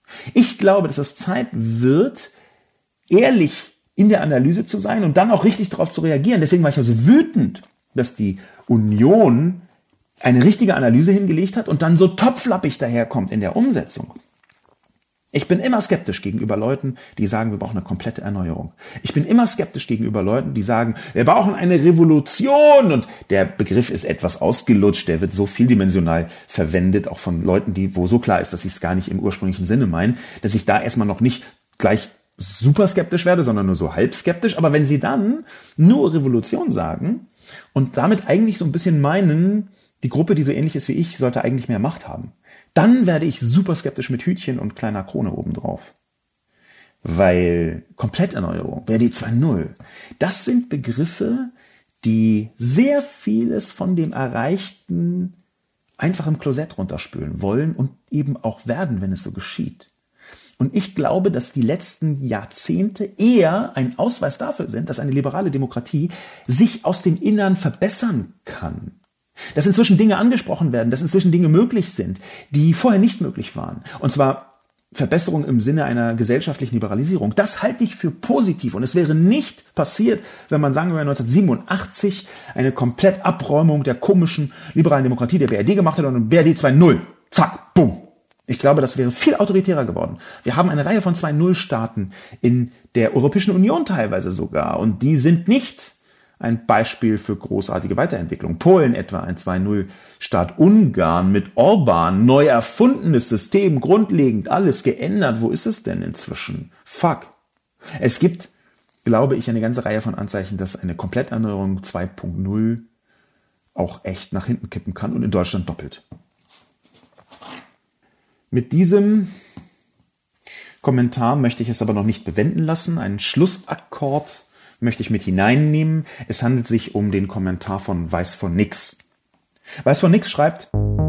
Ich glaube, dass es Zeit wird, ehrlich in der Analyse zu sein und dann auch richtig darauf zu reagieren. Deswegen war ich also wütend, dass die Union eine richtige Analyse hingelegt hat und dann so topflappig daherkommt in der Umsetzung. Ich bin immer skeptisch gegenüber Leuten, die sagen, wir brauchen eine komplette Erneuerung. Ich bin immer skeptisch gegenüber Leuten, die sagen, wir brauchen eine Revolution. Und der Begriff ist etwas ausgelutscht, der wird so vieldimensional verwendet, auch von Leuten, wo so klar ist, dass sie es gar nicht im ursprünglichen Sinne meinen, dass ich da erstmal noch nicht gleich super skeptisch werde, sondern nur so halb skeptisch. Aber wenn sie dann nur Revolution sagen und damit eigentlich so ein bisschen meinen, die Gruppe, die so ähnlich ist wie ich, sollte eigentlich mehr Macht haben, dann werde ich super skeptisch mit Hütchen und kleiner Krone obendrauf. Weil Kompletterneuerung, BRD 2.0, das sind Begriffe, die sehr vieles von dem Erreichten einfach im Klosett runterspülen wollen und eben auch werden, wenn es so geschieht. Und ich glaube, dass die letzten Jahrzehnte eher ein Ausweis dafür sind, dass eine liberale Demokratie sich aus dem Innern verbessern kann. Dass inzwischen Dinge angesprochen werden, dass inzwischen Dinge möglich sind, die vorher nicht möglich waren. Und zwar Verbesserung im Sinne einer gesellschaftlichen Liberalisierung. Das halte ich für positiv. Und es wäre nicht passiert, wenn man, sagen wir 1987, eine komplett Abräumung der komischen liberalen Demokratie der BRD gemacht hätte und BRD 2.0. Zack, bumm. Ich glaube, das wäre viel autoritärer geworden. Wir haben eine Reihe von 2.0-Staaten in der Europäischen Union teilweise sogar. Und die sind nicht ein Beispiel für großartige Weiterentwicklung. Polen etwa, ein 2.0-Staat. Ungarn mit Orban, neu erfundenes System, grundlegend alles geändert. Wo ist es denn inzwischen? Fuck. Es gibt, glaube ich, eine ganze Reihe von Anzeichen, dass eine Kompletterneuerung 2.0 auch echt nach hinten kippen kann und in Deutschland doppelt. Mit diesem Kommentar möchte ich es aber noch nicht bewenden lassen. Einen Schlussakkord möchte ich mit hineinnehmen. Es handelt sich um den Kommentar von Weiß von Nix. Weiß von Nix schreibt: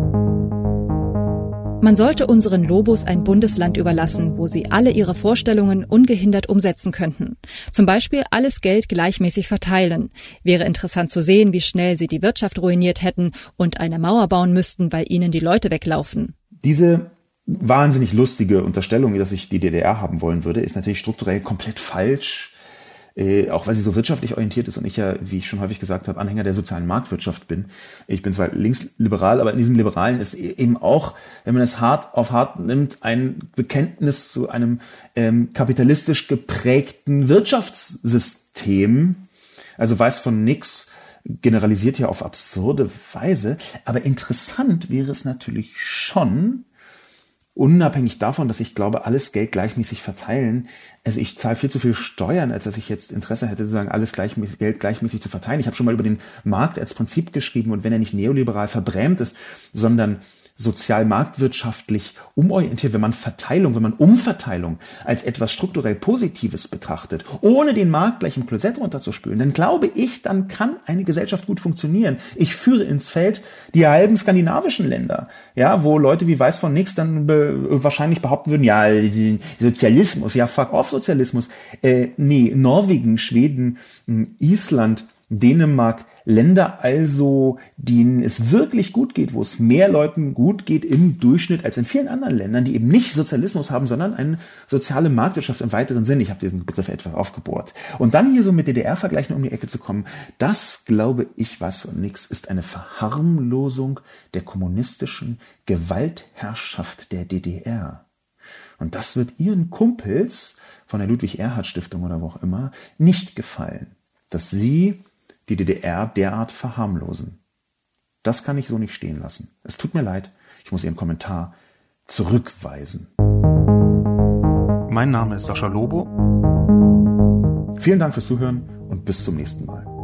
Man sollte unseren Lobos ein Bundesland überlassen, wo sie alle ihre Vorstellungen ungehindert umsetzen könnten. Zum Beispiel alles Geld gleichmäßig verteilen. Wäre interessant zu sehen, wie schnell sie die Wirtschaft ruiniert hätten und eine Mauer bauen müssten, weil ihnen die Leute weglaufen. Diese wahnsinnig lustige Unterstellung, dass ich die DDR haben wollen würde, ist natürlich strukturell komplett falsch. Auch weil sie so wirtschaftlich orientiert ist und ich ja, wie ich schon häufig gesagt habe, Anhänger der sozialen Marktwirtschaft bin. Ich bin zwar linksliberal, aber in diesem Liberalen ist eben auch, wenn man es hart auf hart nimmt, ein Bekenntnis zu einem kapitalistisch geprägten Wirtschaftssystem. Also Weiß von Nix generalisiert ja auf absurde Weise, aber interessant wäre es natürlich schon, unabhängig davon, dass ich glaube, alles Geld gleichmäßig verteilen. Also ich zahle viel zu viel Steuern, als dass ich jetzt Interesse hätte, sozusagen alles Geld gleichmäßig zu verteilen. Ich habe schon mal über den Markt als Prinzip geschrieben und wenn er nicht neoliberal verbrämt ist, sondern sozial-marktwirtschaftlich umorientiert, wenn man Umverteilung als etwas strukturell Positives betrachtet, ohne den Markt gleich im Klosett runterzuspülen, dann glaube ich, dann kann eine Gesellschaft gut funktionieren. Ich führe ins Feld die halben skandinavischen Länder, ja, wo Leute wie Weiß von Nix dann wahrscheinlich behaupten würden, ja, Sozialismus, ja, fuck off Sozialismus. Nee, Norwegen, Schweden, Island, Dänemark, Länder also, denen es wirklich gut geht, wo es mehr Leuten gut geht im Durchschnitt als in vielen anderen Ländern, die eben nicht Sozialismus haben, sondern eine soziale Marktwirtschaft im weiteren Sinn. Ich habe diesen Begriff etwas aufgebohrt. Und dann hier so mit DDR-Vergleichen um die Ecke zu kommen, das, glaube ich, Weiß von Nix, ist eine Verharmlosung der kommunistischen Gewaltherrschaft der DDR. Und das wird Ihren Kumpels von der Ludwig-Erhard-Stiftung oder wo auch immer nicht gefallen, dass Sie die DDR derart verharmlosen. Das kann ich so nicht stehen lassen. Es tut mir leid, ich muss Ihren Kommentar zurückweisen. Mein Name ist Sascha Lobo. Vielen Dank fürs Zuhören und bis zum nächsten Mal.